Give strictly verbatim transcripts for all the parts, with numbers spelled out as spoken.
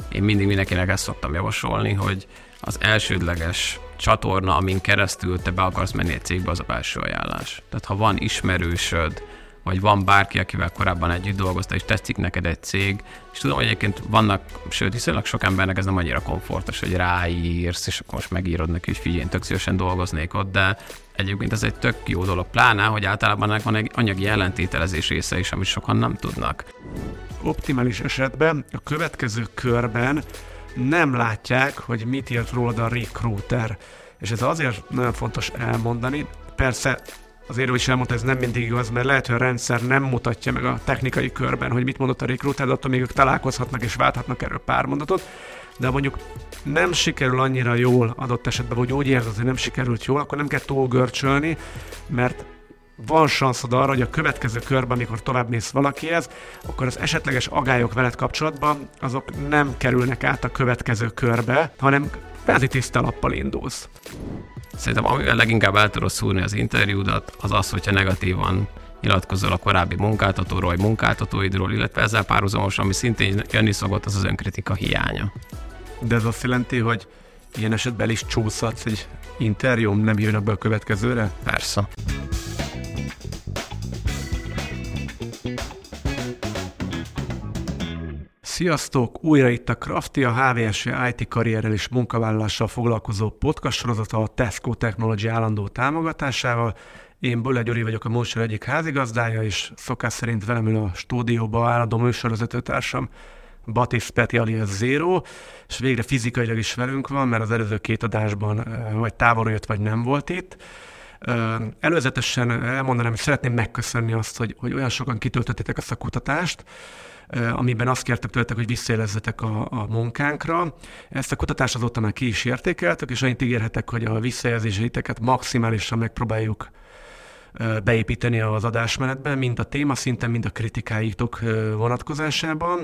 én mindig mindenkinek ezt szoktam javasolni, hogy az elsődleges csatorna, amin keresztül te be akarsz menni egy cégbe, az a belső ajánlás. Tehát ha van ismerősöd, vagy van bárki, akivel korábban együtt dolgoztál, és tetszik neked egy cég, és tudom, hogy egyébként vannak, sőt, viszonylag sok embernek ez nem annyira komfortos, hogy ráírsz, és akkor most megírod neki, hogy figyelj, én tök szívesen dolgoznék ott, de egyébként ez egy tök jó dolog, pláne, hogy általában ennek van egy anyagi ellentételezés része is, amit sokan nem tudnak. Optimális esetben a következő körben nem látják, hogy mit írt rólad a recruiter. És ez azért nagyon fontos elmondani. Persze az érő is elmondta, ez nem mindig igaz, mert lehet, hogy a rendszer nem mutatja meg a technikai körben, hogy mit mondott a recruiter, de attól még ők találkozhatnak és válthatnak erről pár mondatot. De mondjuk nem sikerül annyira jól adott esetben, vagy úgy érzed, hogy nem sikerült jól, akkor nem kell túl görcsölni, mert van sanszod arra, hogy a következő körben, amikor tovább mész valakihez, akkor az esetleges agályok veled kapcsolatban, azok nem kerülnek át a következő körbe, hanem kvázi tiszta lappal indulsz. Szerintem amivel leginkább el tudod szúrni az interjúdat, az az, hogyha negatívan nyilatkozol a korábbi munkáltatóról, vagy munkáltatóidról, illetve ezzel párhuzamosan, ami szintén jönni szokott, az az önkritika hiánya. De ez azt jelenti, hogy ilyen esetben el is csúszhatsz egy interjúm, nem jönnek be a következőre? Persze. Sziasztok! Újra itt a Crafty, a há vé es i té karrierrel és munkavállalással foglalkozó podcast sorozata a Tesco Technology állandó támogatásával. Én Bölle Gyuri vagyok, a Motion egyik házigazdája, és szokás szerint velem ül a stúdióba állandó műsorvezetőtársam Batis Peti alias Zero, és végre fizikailag is velünk van, mert az előző két adásban vagy távolról jött, vagy nem volt itt. Előzetesen elmondanám, hogy szeretném megköszönni azt, hogy, hogy olyan sokan kitöltöttétek ezt a kutatást, amiben azt kértek tőletek, hogy visszajelezzetek a, a munkánkra. Ezt a kutatást azóta már ki is értékeltük, és annyit ígérhetek, hogy a visszajelzéseiteket maximálisan megpróbáljuk beépíteni az adásmenetben, mind a téma szinten, mind a kritikáitok vonatkozásában.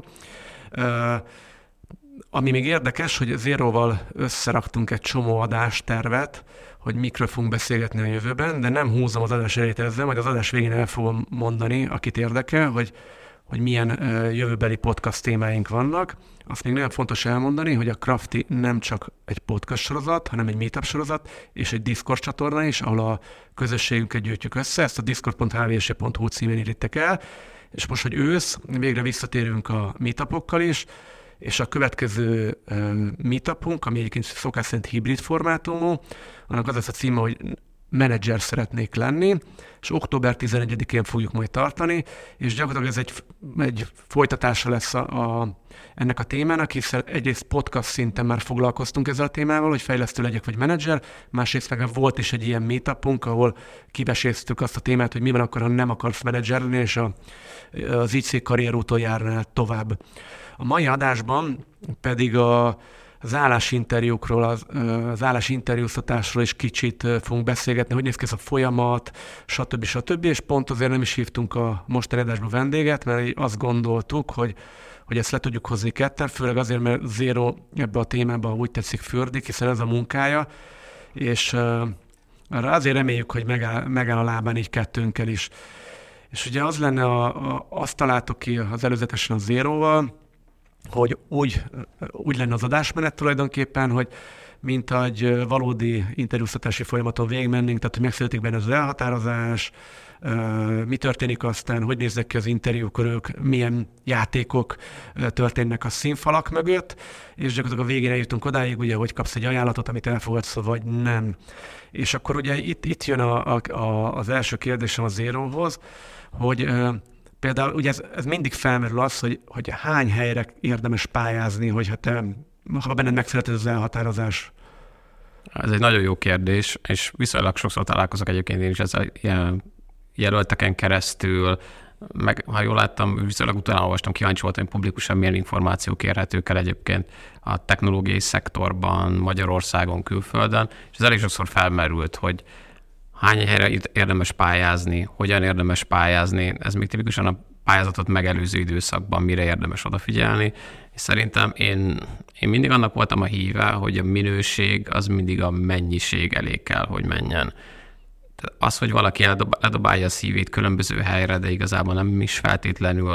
Ami még érdekes, hogy Zéróval összeraktunk egy csomó adástervet, hogy mikről fogunk beszélgetni a jövőben, de nem húzom az adás elejét ezzel, majd az adás végén el fogom mondani, akit érdekel, hogy hogy milyen uh, jövőbeli podcast témáink vannak. Azt még nagyon fontos elmondani, hogy a Crafty nem csak egy podcast sorozat, hanem egy meetup sorozat, és egy Discord csatorna is, ahol a közösségünket gyűjtjük össze. Ezt a discord pont h v s pont h u címén írjátok el. És most, hogy ősz, végre visszatérünk a meetupokkal is, és a következő uh, meetupunk, ami egyébként szokás szerint hibrid formátumú, annak az lesz a címe, hogy menedzser szeretnék lenni, és október tizenegyedikén fogjuk majd tartani, és gyakorlatilag ez egy, egy folytatása lesz a, a, ennek a témának, hiszen egyrészt podcast szinten már foglalkoztunk ezzel a témával, hogy fejlesztő legyek vagy menedzser, másrészt meg volt is egy ilyen meetupunk, ahol kiveséztük azt a témát, hogy mi van akkor, ha nem akarsz menedzser lenni, és a, az i cé karrierúton járnál tovább. A mai adásban pedig a az állásinterjúkról, az, az állásinterjúztatásról is kicsit fogunk beszélgetni, hogy néz ki ez a folyamat, stb. stb. És pont azért nem is hívtunk a mostani adásba vendéget, mert azt gondoltuk, hogy, hogy ezt le tudjuk hozni ketten, főleg azért, mert Zero ebbe a témába úgy tetszik fürdik, hiszen ez a munkája, és uh, azért reméljük, hogy megáll, megáll a lábán így kettőnkkel is. És ugye az lenne, a, a, azt találtuk ki az előzetesen a Zeroval, hogy úgy, úgy lenne az adásmenet tulajdonképpen, hogy mint egy valódi interjúztatási folyamaton végigmennénk, tehát hogy megszületik benne az elhatározás, mi történik aztán, hogy néznek ki az interjúkörök, milyen játékok történnek a színfalak mögött, és gyakorlatilag a végén eljutunk odáig, ugye, hogy kapsz egy ajánlatot, amit elfogadsz, vagy nem. És akkor ugye itt, itt jön a, a, a, az első kérdésem a Zerohoz, hogy például ugye ez, ez mindig felmerül az, hogy, hogy hány helyre érdemes pályázni, hogyha te, ha benned megszületett az elhatározás. Ez egy nagyon jó kérdés, és viszonylag sokszor találkozok egyébként én is ezzel ilyen jelölteken keresztül, meg ha jól láttam, viszonylag utána olvastam, kíváncsi voltam, hogy publikusan milyen információk érhetők el egyébként a technológiai szektorban, Magyarországon, külföldön, és ez elég sokszor felmerült, hogy hány helyre érdemes pályázni, hogyan érdemes pályázni, ez még tipikusan a pályázatot megelőző időszakban mire érdemes odafigyelni, és szerintem én, én mindig annak voltam a híve, hogy a minőség az mindig a mennyiség elé kell, hogy menjen. Tehát az, hogy valaki eldobálja a szívét különböző helyre, de igazából nem is feltétlenül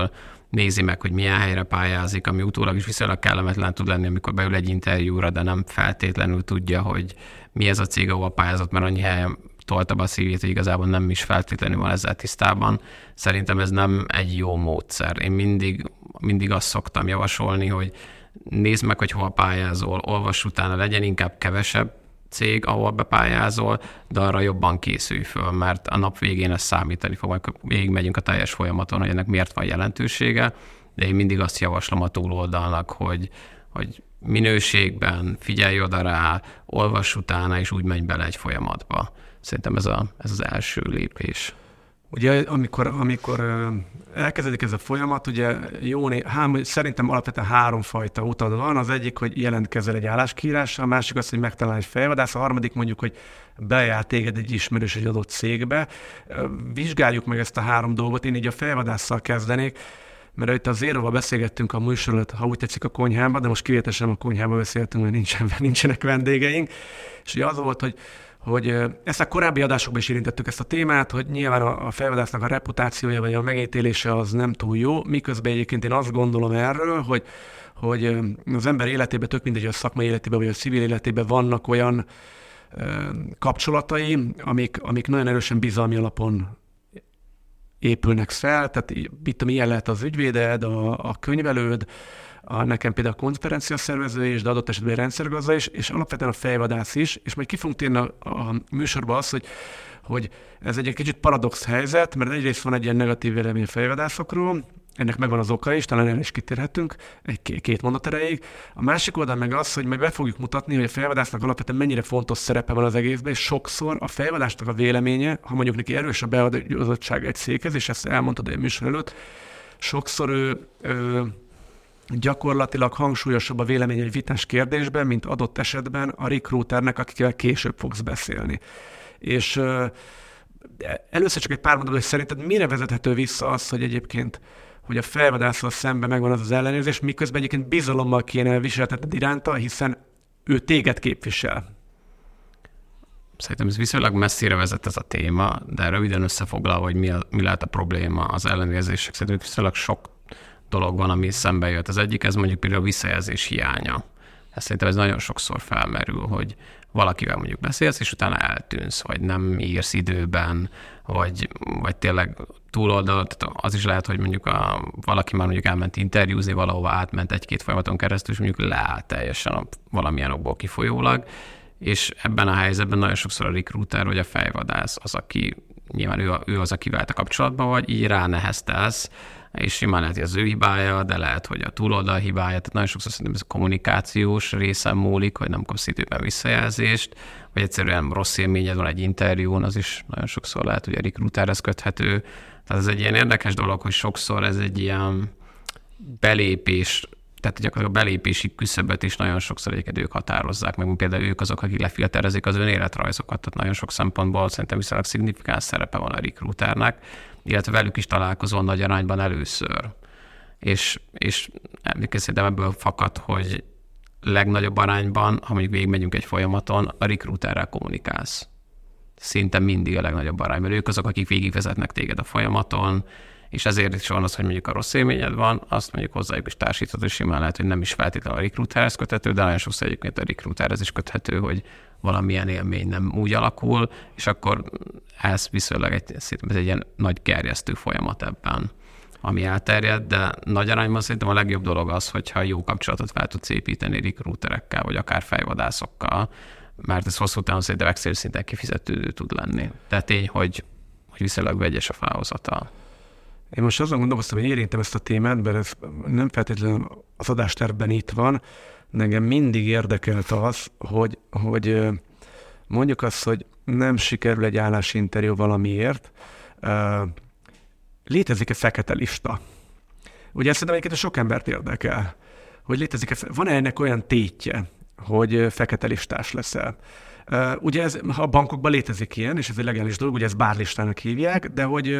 nézi meg, hogy milyen helyre pályázik, ami utólag is viszonylag kellemetlen tud lenni, amikor beül egy interjúra, de nem feltétlenül tudja, hogy mi ez a cég, ahol pályázott, mert annyi helyen tolta be a szívét, hogy igazából nem is feltétlenül van ezzel tisztában. Szerintem ez nem egy jó módszer. Én mindig, mindig azt szoktam javasolni, hogy nézd meg, hogy hol pályázol, olvass utána, legyen inkább kevesebb cég, ahol bepályázol, de arra jobban készülj föl, mert a nap végén ez számítani fog, majd végigmegyünk a teljes folyamaton, hogy ennek miért van jelentősége, de én mindig azt javaslom a túloldalnak, hogy, hogy minőségben figyelj oda rá, olvass utána, és úgy menj bele egy folyamatba. Szerintem ez, a, ez az első lépés. Ugye amikor, amikor elkezdődik ez a folyamat, ugye jó, hám, szerintem alapvetően háromfajta utad van. Az egyik, hogy jelentkezel egy álláskiírással, a másik az, hogy megtalál egy fejvadász, a harmadik mondjuk, hogy bejár téged egy ismerős egy adott cégbe. Vizsgáljuk meg ezt a három dolgot, én így a fejvadásszal kezdenék, mert itt az Zéróval beszélgettünk a műsor előtt, ha úgy tetszik, a konyhában, de most kivételesen a konyhában beszéltünk, mert nincsen, nincsenek vendégeink, és ugye az volt, hogy hogy ezt a korábbi adásokban is érintettük ezt a témát, hogy nyilván a fejvadásznak a reputációja vagy a megítélése az nem túl jó, miközben egyébként én azt gondolom erről, hogy, hogy az ember életében, tök mindegy, a szakmai életében vagy a civil életében vannak olyan kapcsolatai, amik, amik nagyon erősen bizalmi alapon épülnek fel, tehát mit tudom, ilyen lehet az ügyvéded, a, a könyvelőd, a, nekem például a konferencia szervező is, de adott esetben a rendszergazda is, és alapvetően a fejvadász is, és majd ki fogunk térni a, a műsorba az, hogy, hogy ez egy kicsit paradox helyzet, mert egyrészt van egy ilyen negatív vélemény a fejvadászokról, ennek megvan az oka is, talán erre is kitérhetünk egy két mondat erejéig. A másik oldal meg az, hogy majd be fogjuk mutatni, hogy a fejvadásznak alapvetően mennyire fontos szerepe van az egészben, és sokszor a fejvadásznak a véleménye, ha mondjuk neki erős a beadottság egy céghez, és ezt elmondtad a műsor előtt, sokszor ő, ő gyakorlatilag hangsúlyosabb a vélemény egy vitás kérdésben, mint adott esetben a recruiternek, akikkel később fogsz beszélni. És uh, először csak egy pár mondat, hogy szerinted mire vezethető vissza az, hogy egyébként hogy a fejvadásszal szemben megvan az az ellenérzés, miközben egyébként bizalommal kéne viseltetned iránta, hiszen ő téged képvisel. Szerintem ez viszonylag messzire vezet ez a téma, de röviden összefoglalva, hogy mi, a, mi lehet a probléma az ellenérzések. Szerintem viszonylag sok dolog van, ami szembe jött. Az egyik, ez mondjuk például a visszajelzés hiánya. Ez szerintem ez nagyon sokszor felmerül, hogy valakivel mondjuk beszélsz, és utána eltűnsz, vagy nem írsz időben, vagy, vagy tényleg túloldal, tehát az is lehet, hogy mondjuk a, valaki már mondjuk elment interjúzni, valahova átment egy-két folyamaton keresztül, és mondjuk leállt teljesen a, valamilyen okból kifolyólag, és ebben a helyzetben nagyon sokszor a recruiter vagy a fejvadász az, aki nyilván ő, ő az, aki vált a kapcsolatban, vagy így ráneheztelsz, és simán lehet, hogy az ő hibája, de lehet, hogy a túloldal hibája, tehát nagyon sokszor szerintem ez a kommunikációs részen múlik, hogy nem kapsz időben visszajelzést, vagy egyszerűen rossz élményed van egy interjún, az is nagyon sokszor lehet, hogy a recruiterhez köthető. Tehát ez egy ilyen érdekes dolog, hogy sokszor ez egy ilyen belépés, tehát gyakorlatilag a belépési küszöböt is nagyon sokszor egyébként ők határozzák, meg például ők azok, akik lefilterezik az önéletrajzokat, tehát nagyon sok szempontból szerintem viszonylag szignifikáns szerepe van a recruiternek, illetve velük is találkozol nagy arányban először. És, és szerintem ebből fakad, hogy legnagyobb arányban, ha mondjuk végigmegyünk egy folyamaton, a recruiterrel kommunikálsz. Szinte mindig a legnagyobb arányban. Ők azok, akik végigvezetnek téged a folyamaton, és ezért is van az, hogy mondjuk a rossz élményed van, azt mondjuk hozzájuk is társítható, és simán lehet, hogy nem is feltétlenül a recruiterhez köthető, de nagyon sokszor egyébként a recruiterhez is köthető, hogy valamilyen élmény nem úgy alakul, és akkor ez viszonylag egy, szerintem ez egy ilyen nagy gerjesztő folyamat ebben, ami elterjed, de nagy arányban szerintem a legjobb dolog az, hogyha jó kapcsolatot fel tudsz építeni recruiterekkel, vagy akár fejvadászokkal, mert ez hosszú távon szerintem extrém szinten kifizetődő tud lenni. De tény, hogy, hogy viszonylag vegyes a felhozatal. Én most azon gondolkoztam, hogy érintem ezt a témát, mert ez nem feltétlenül az adástervben itt van, de engem mindig érdekelt az, hogy, hogy mondjuk azt, hogy nem sikerül egy állásinterjú valamiért, létezik-e fekete lista? Ugye ezt szerintem egyébként sok embert érdekel, hogy létezik-e, van-e ennek olyan tétje, hogy fekete listás leszel? Ugye ez, a bankokban létezik ilyen, és ez egy legális dolog, ugye ezt bárlistának hívják, de hogy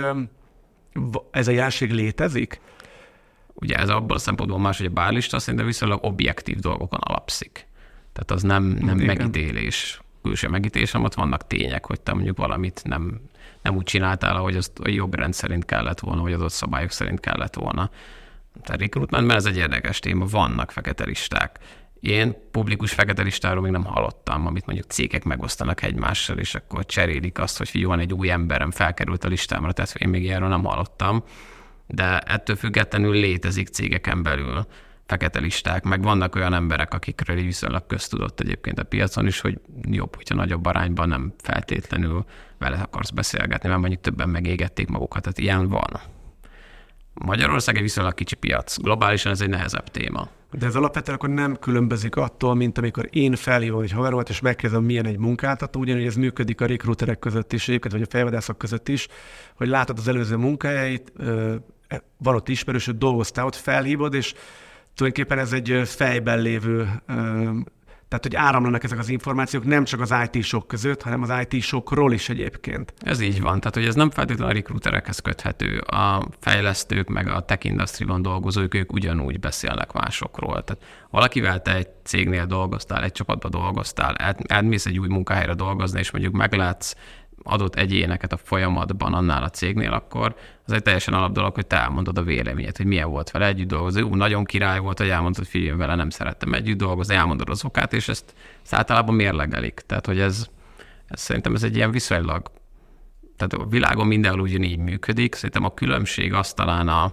ez a jelenség létezik? Ugye ez abból a szempontból más, hogy a bárlista szerintem viszonylag objektív dolgokon alapszik. Tehát az nem, nem megítélés, külső megítélés, hanem ott vannak tények, hogy te mondjuk valamit nem, nem úgy csináltál, ahogy azt a jogrend szerint kellett volna, vagy az ott szabályok szerint kellett volna. A recruitmentben ez egy érdekes téma, vannak fekete listák. Én publikus fekete listáról még nem hallottam, amit mondjuk cégek megosztanak egymással, és akkor cserélik azt, hogy figyelj, van egy új emberem, felkerült a listámra, tehát én még ilyenről nem hallottam, de ettől függetlenül létezik cégeken belül fekete listák, meg vannak olyan emberek, akikről így viszonylag köztudott egyébként a piacon is, hogy jobb, hogyha nagyobb arányban nem feltétlenül vele akarsz beszélgetni, mert mondjuk többen megégették magukat, tehát ilyen van. Magyarország egy viszonylag kicsi piac, globálisan ez egy nehezebb téma. De ez alapvetően akkor nem különbözik attól, mint amikor én felhívom egy haveromat, és megkérdezem, milyen egy munkáltató, ugyanúgy ez működik a recruiterek között is, egyébként, vagy a fejvadászok között is, hogy látod az előző munkájait, van ott ismerősöd, dolgoztál ott, felhívod, és tulajdonképpen ez egy fejben lévő, tehát hogy áramlanak ezek az információk nem csak az í té-sok között, hanem az í té-sokról is egyébként. Ez így van, tehát hogy ez nem feltétlenül a recruiterekhez köthető. A fejlesztők meg a tech industry-ban dolgozók, ők ugyanúgy beszélnek másokról. Tehát valakivel te egy cégnél dolgoztál, egy csapatban dolgoztál, elmész egy új munkahelyre dolgozni, és mondjuk meglátsz adott egyéneket a folyamatban annál a cégnél, akkor az egy teljesen alap dolog, hogy te elmondod a véleményet, hogy milyen volt vele együtt dolgozni. Ú, nagyon király volt, hogy elmondod, hogy figyelj, vele nem szerettem együtt dolgozni, elmondod az okát, és ezt, ezt általában mérlegelik. Tehát, hogy ez, ez szerintem ez egy ilyen viszonylag, tehát a világon mindenhol ugyanígy működik. Szerintem a különbség az talán a,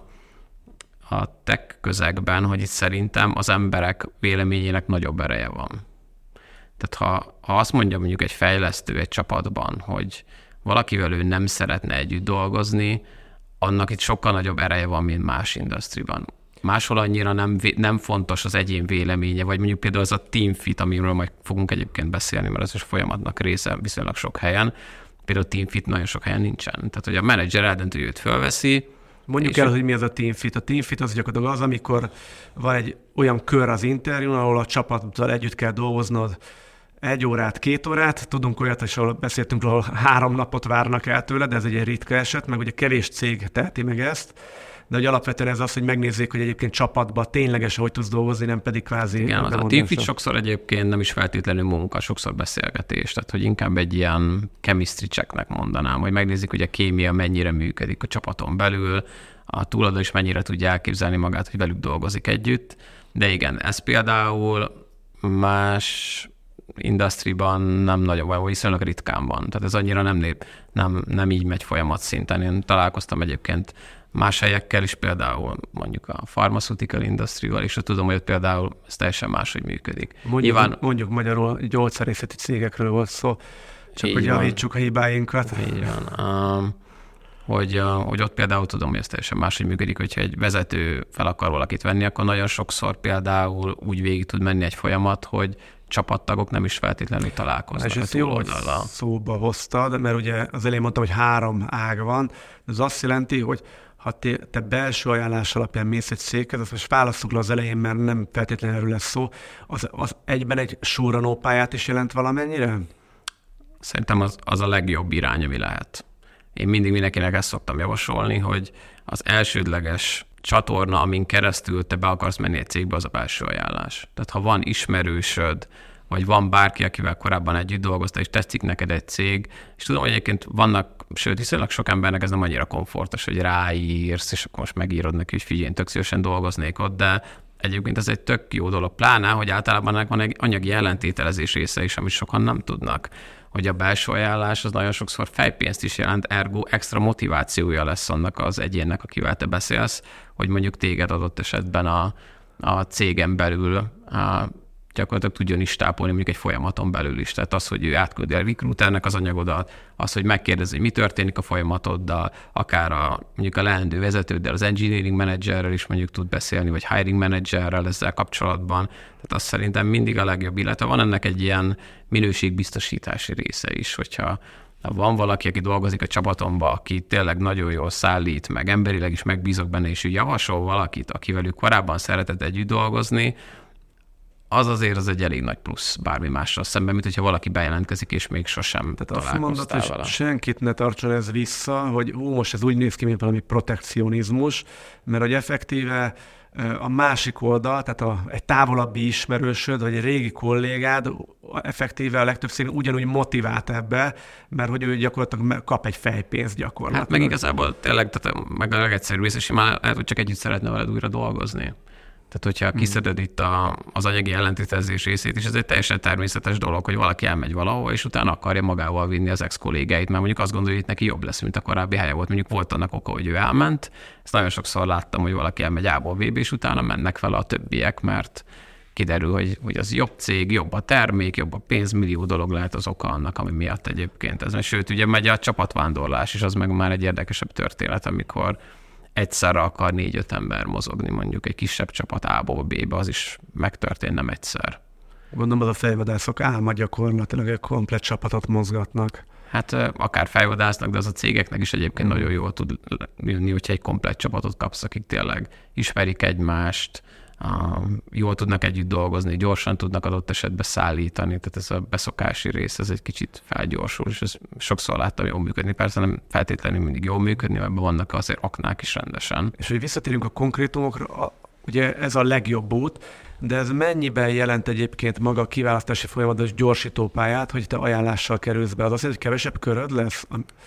a tech közegben, hogy itt szerintem az emberek véleményének nagyobb ereje van. Tehát ha, ha azt mondja mondjuk egy fejlesztő egy csapatban, hogy valakivel ő nem szeretne együtt dolgozni, annak itt sokkal nagyobb ereje van, mint más industriban. Máshol annyira nem, nem fontos az egyén véleménye, vagy mondjuk például az a team fit, amiről majd fogunk egyébként beszélni, mert ez is folyamatnak része viszonylag sok helyen. Például team fit nagyon sok helyen nincsen. Tehát, hogy a menedzser eldöntő, hogy őt fölveszi. Mondjuk el, hogy mi az a team fit. A team fit az gyakorlatilag az, amikor van egy olyan kör az interjún, ahol a csapattal együtt kell dolgoznod egy órát, két órát. Tudunk olyat, és ahol beszéltünk, ahol három napot várnak el tőle, de ez egy ritka eset, meg ugye kevés cég teheti meg ezt. De hogy alapvetően ez az, hogy megnézzék, hogy egyébként csapatban ténylegesen hogy tudsz dolgozni, nem pedig kvázi... Igen, az a teamfit sokszor egyébként nem is feltétlenül munka, sokszor beszélgetés, tehát hogy inkább egy ilyen chemistry checknek mondanám, hogy megnézik, hogy a kémia mennyire működik a csapaton belül, a túladó is mennyire tudja elképzelni magát, hogy velük dolgozik együtt. De igen, ez például más industriban nem nagyon, vagy viszonylag ritkán van. Tehát ez annyira nem, nép, nem, nem így megy folyamat szinten. Én találkoztam egyébként más helyekkel is, például mondjuk a pharmaceutical industry-val, és tudom, hogy például ez teljesen máshogy működik. Mondjuk, Nyilván, mondjuk magyarul gyógyszerészeti cégekről volt szó, csak hogy javítsuk a hibáinkat. Így van. Um, hogy, uh, hogy ott például tudom, hogy ez teljesen máshogy működik, hogyha egy vezető fel akar valakit venni, akkor nagyon sokszor például úgy végig tud menni egy folyamat, hogy csapattagok nem is feltétlenül találkoznak. És ezt jó, hogy szóba hoztad, mert ugye az elején mondtam, hogy három ág van, ez azt jelenti, hogy ha te, te belső ajánlás alapján mész egy céghez, azt most válasszuk le az elején, mert nem feltétlenül erről lesz szó, az, az egyben egy surranó pályát is jelent valamennyire? Szerintem az, az a legjobb irány, ami lehet. Én mindig mindenkinek ezt szoktam javasolni, hogy az elsődleges csatorna, amin keresztül te be akarsz menni egy cégbe, az a belső ajánlás. Tehát ha van ismerősöd, vagy van bárki, akivel korábban együtt dolgoztál, és tetszik neked egy cég, és tudom, hogy egyébként vannak, sőt, viszonylag sok embernek ez nem annyira komfortos, hogy ráírsz, és akkor most megírod neki, hogy figyelj, tök szívesen dolgoznék ott, de egyébként ez egy tök jó dolog. Pláne, hogy általában ennek van egy anyagi ellentételezés része is, amit sokan nem tudnak, hogy a belső ajánlás az nagyon sokszor fejpénzt is jelent, ergo extra motivációja lesz annak az egyénnek, akivel te beszélsz, hogy mondjuk téged adott esetben a, a cégen belül a, gyakorlatilag tudjon is tápolni mondjuk egy folyamaton belül is. Tehát az, hogy ő átküldi a recruiternek az anyagodat, az, hogy megkérdezi, hogy mi történik a folyamatoddal, akár a, mondjuk a leendő vezetőddel, az engineering managerrel is mondjuk tud beszélni, vagy hiring managerrel ezzel kapcsolatban. Tehát az szerintem mindig a legjobb, illetve van ennek egy ilyen minőségbiztosítási része is, hogyha van valaki, aki dolgozik a csapatomba, aki tényleg nagyon jól szállít, meg emberileg is megbízok benne, és ő javasol valakit, akivel ő korábban szeretett együtt dolgozni, az azért az egy elég nagy plusz bármi mással szemben, mint hogyha valaki bejelentkezik, és még sosem Tehát találkoztál vele. Senkit ne tartson ez vissza, hogy ó, most ez úgy néz ki, mint valami protekcionizmus, mert hogy effektíve a másik oldal, tehát a, egy távolabbi ismerősöd, vagy egy régi kollégád effektíve a legtöbb cég ugyanúgy motivált ebbe, mert hogy ő gyakorlatilag kap egy fejpénzt gyakorlatilag. Hát meg igazából tényleg, tehát meg a legegyszerűbb rész, és már lehet, hogy csak együtt szeretne veled újra dolgozni. Tehát, hogyha kiszeded itt a, az anyagi ellentétezés részét, és ez egy teljesen természetes dolog, hogy valaki elmegy valahol, és utána akarja magával vinni az ex-kollégáit, mert mondjuk azt gondolja, hogy neki jobb lesz, mint a korábbi helye volt. Mondjuk volt annak oka, hogy ő elment. Ezt nagyon sokszor láttam, hogy valaki elmegy A-ból B-be, és utána mennek fel a többiek, mert kiderül, hogy, hogy az jobb cég, jobb a termék, jobb a pénz, millió dolog lehet az oka annak, ami miatt egyébként ez. Sőt, ugye megy a csapatvándorlás, és az meg már egy érdekesebb történet, amikor egyszerre akar négy-öt ember mozogni, mondjuk egy kisebb csapat A-ból B-be, az is megtörtént nem egyszer. Gondolom, az a fejvadászok álma gyakorlatilag egy komplet csapatot mozgatnak. Hát akár fejvadásznak, de az a cégeknek is egyébként mm. nagyon jól tud jönni, hogyha egy komplett csapatot kapsz, akik tényleg ismerik egymást, jól tudnak együtt dolgozni, gyorsan tudnak adott esetben szállítani, tehát ez a beszokási rész, ez egy kicsit felgyorsul, és ez sokszor láttam jól működni, persze nem feltétlenül mindig jól működni, mert vannak azért aknák is rendesen. És hogy visszatérünk a konkrétumokra, ugye ez a legjobb út, de ez mennyiben jelent egyébként maga a kiválasztási folyamatos gyorsítópályát, hogy te ajánlással kerülsz be? Az azt jelenti, hogy kevesebb köröd lesz?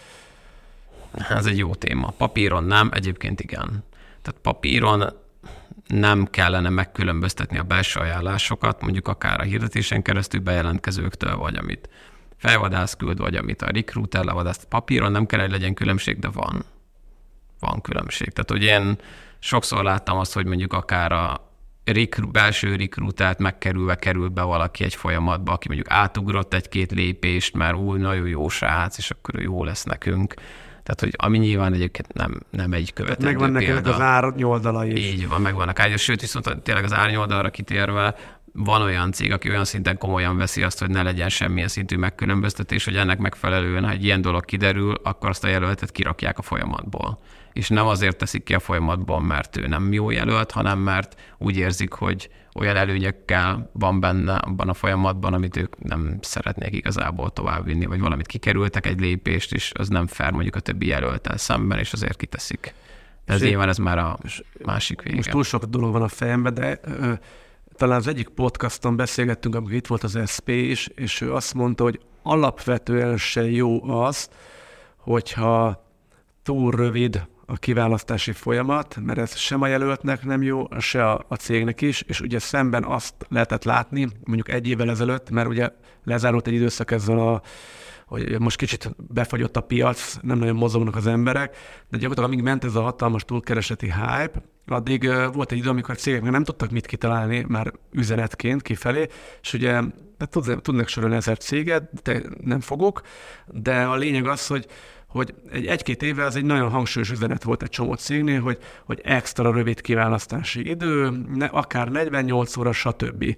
Ez egy jó téma. Papíron nem, egyébként igen. Tehát papíron nem kellene megkülönböztetni a belső ajánlásokat, mondjuk akár a hirdetésen keresztül bejelentkezőktől, vagy amit fejvadász küld, vagy amit a recruiter levadászt. Papíron nem kell, hogy legyen különbség, de van. Van különbség. Tehát, hogy én sokszor láttam azt, hogy mondjuk akár a recru- belső recruitert megkerülve kerül be valaki egy folyamatba, aki mondjuk átugrott egy-két lépést, mert új, nagyon jó srác, és akkor jó lesz nekünk. Tehát, hogy ami nyilván egyébként nem, nem egy követendő megvan példa. Megvan neked az árnyoldalai is. Így van, megvannak árnyoldalai. Sőt, viszont tényleg az árnyoldalra kitérve van olyan cég, aki olyan szinten komolyan veszi azt, hogy ne legyen semmilyen szintű megkülönböztetés, hogy ennek megfelelően, ha egy ilyen dolog kiderül, akkor azt a jelöltet kirakják a folyamatból. És nem azért teszik ki a folyamatból, mert ő nem jó jelölt, hanem mert úgy érzik, hogy olyan előnyökkel van benne abban a folyamatban, amit ők nem szeretnék igazából továbbvinni, vagy valamit kikerültek egy lépést, és az nem fair mondjuk a többi jelölttel szemben, és azért kiteszik. De ez nyilván ez már a másik vége. Most túl sok dolog van a fejemben, de ö, talán az egyik podcaston beszélgettünk, amikor itt volt az es pé is, és ő azt mondta, hogy alapvetően se jó az, hogyha túl rövid a kiválasztási folyamat, mert ez sem a jelöltnek nem jó, se a, a cégnek is, és ugye szemben azt lehetett látni, mondjuk egy évvel ezelőtt, mert ugye lezárult egy időszak ezzel a, hogy most kicsit befagyott a piac, nem nagyon mozognak az emberek, de gyakorlatilag amíg ment ez a hatalmas túlkereseti hype, addig uh, volt egy idő, amikor a cégek nem tudtak mit kitalálni már üzenetként kifelé, és ugye tudnak sorolni ezer céget, de nem fogok, de a lényeg az, hogy hogy egy, egy-két évvel ez egy nagyon hangsúlyos üzenet volt egy csomó cégnél, hogy, hogy extra rövid kiválasztási idő, ne, akár negyvennyolc óra, stb.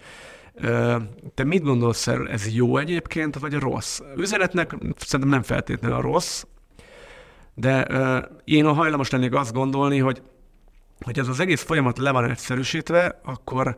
Te mit gondolsz erről? Ez jó egyébként, vagy rossz? Üzenetnek szerintem nem feltétlenül a rossz, de én a hajlamos lennék azt gondolni, hogy, hogy ez az egész folyamat le van egyszerűsítve, akkor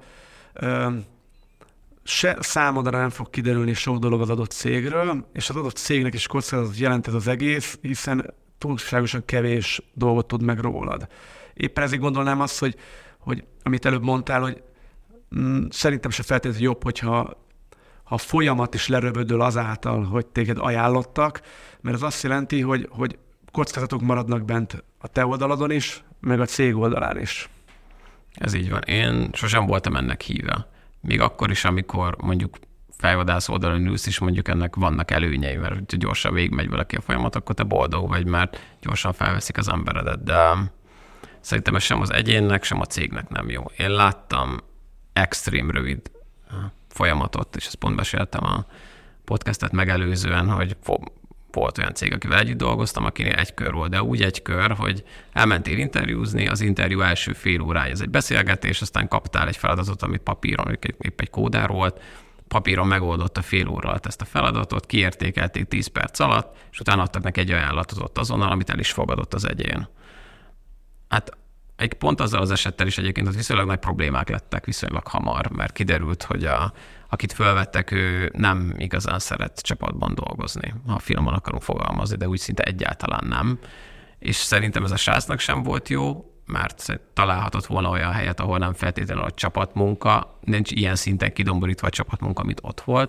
se számodra nem fog kiderülni sok dolog az adott cégről, és az adott cégnek is kockázatot jelent ez az egész, hiszen túlságosan kevés dolgot tud meg rólad. Éppen ezért gondolnám azt, hogy, hogy amit előbb mondtál, hogy mm, szerintem se feltétlenül jobb, hogyha ha a folyamat is lerövidül azáltal, hogy téged ajánlottak, mert az azt jelenti, hogy, hogy kockázatok maradnak bent a te oldaladon is, meg a cég oldalán is. Ez így van. Én sosem voltam ennek híve. Még akkor is, amikor mondjuk fejvadász oldalon ülsz, és mondjuk ennek vannak előnyei, mert hogyha gyorsan végigmegy valaki a folyamat, akkor te boldog vagy, mert gyorsan felveszik az emberedet, de szerintem ez sem az egyénnek, sem a cégnek nem jó. Én láttam extrém rövid folyamatot, és ezt pont beszéltem a podcastet megelőzően, hogy volt olyan cég, akivel együtt dolgoztam, akinél egy kör volt, de úgy egy kör, hogy elmentél interjúzni, az interjú első fél órája, ez egy beszélgetés, aztán kaptál egy feladatot, amit papíron, épp egy kódár volt, papíron megoldotta fél óra alatt ezt a feladatot, kiértékelték tíz perc alatt, és utána adtak neki egy ajánlatot ott azonnal, amit el is fogadott az egyén. Hát egy pont azzal az esettel is egyébként, hogy viszonylag nagy problémák lettek viszonylag hamar, mert kiderült, hogy a, akit fölvettek, ő nem igazán szeret csapatban dolgozni, ha a filmon akarunk fogalmazni, de úgy szinte egyáltalán nem. És szerintem ez a srácnak sem volt jó, mert találhatott volna olyan helyet, ahol nem feltétlenül a csapatmunka, nincs ilyen szinten kidomborítva a csapatmunka, amit ott volt,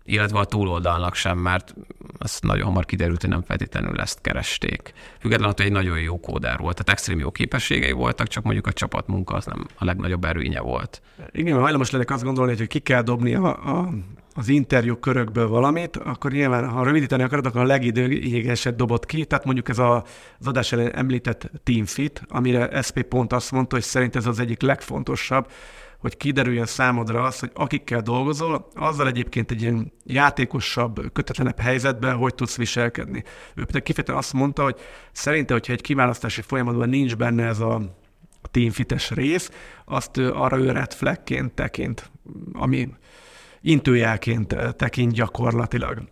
illetve a túloldalnak sem, mert ez nagyon hamar kiderült, hogy nem feltétlenül ezt keresték. Függetlenül, hogy egy nagyon jó kóder volt, tehát extrém jó képességei voltak, csak mondjuk a csapatmunka az nem a legnagyobb erőnye volt. Igen, ha hajlamos lennek azt gondolni, hogy ki kell dobni a, a, az interjú körökből valamit, akkor nyilván, ha rövidíteni akarod, akkor a legidőigeset dobott ki, tehát mondjuk ez a, az adás ellen említett TeamFit, amire es pé pont azt mondta, hogy szerint ez az egyik legfontosabb, hogy kiderüljön számodra az, hogy akikkel dolgozol, azzal egyébként egy ilyen játékosabb, kötetlenebb helyzetben hogy tudsz viselkedni. Ő pedig kifejezetten azt mondta, hogy szerinte, hogyha egy kiválasztási folyamatban nincs benne ez a teamfites rész, azt arra ő red flagként tekint, ami intőjelként tekint gyakorlatilag.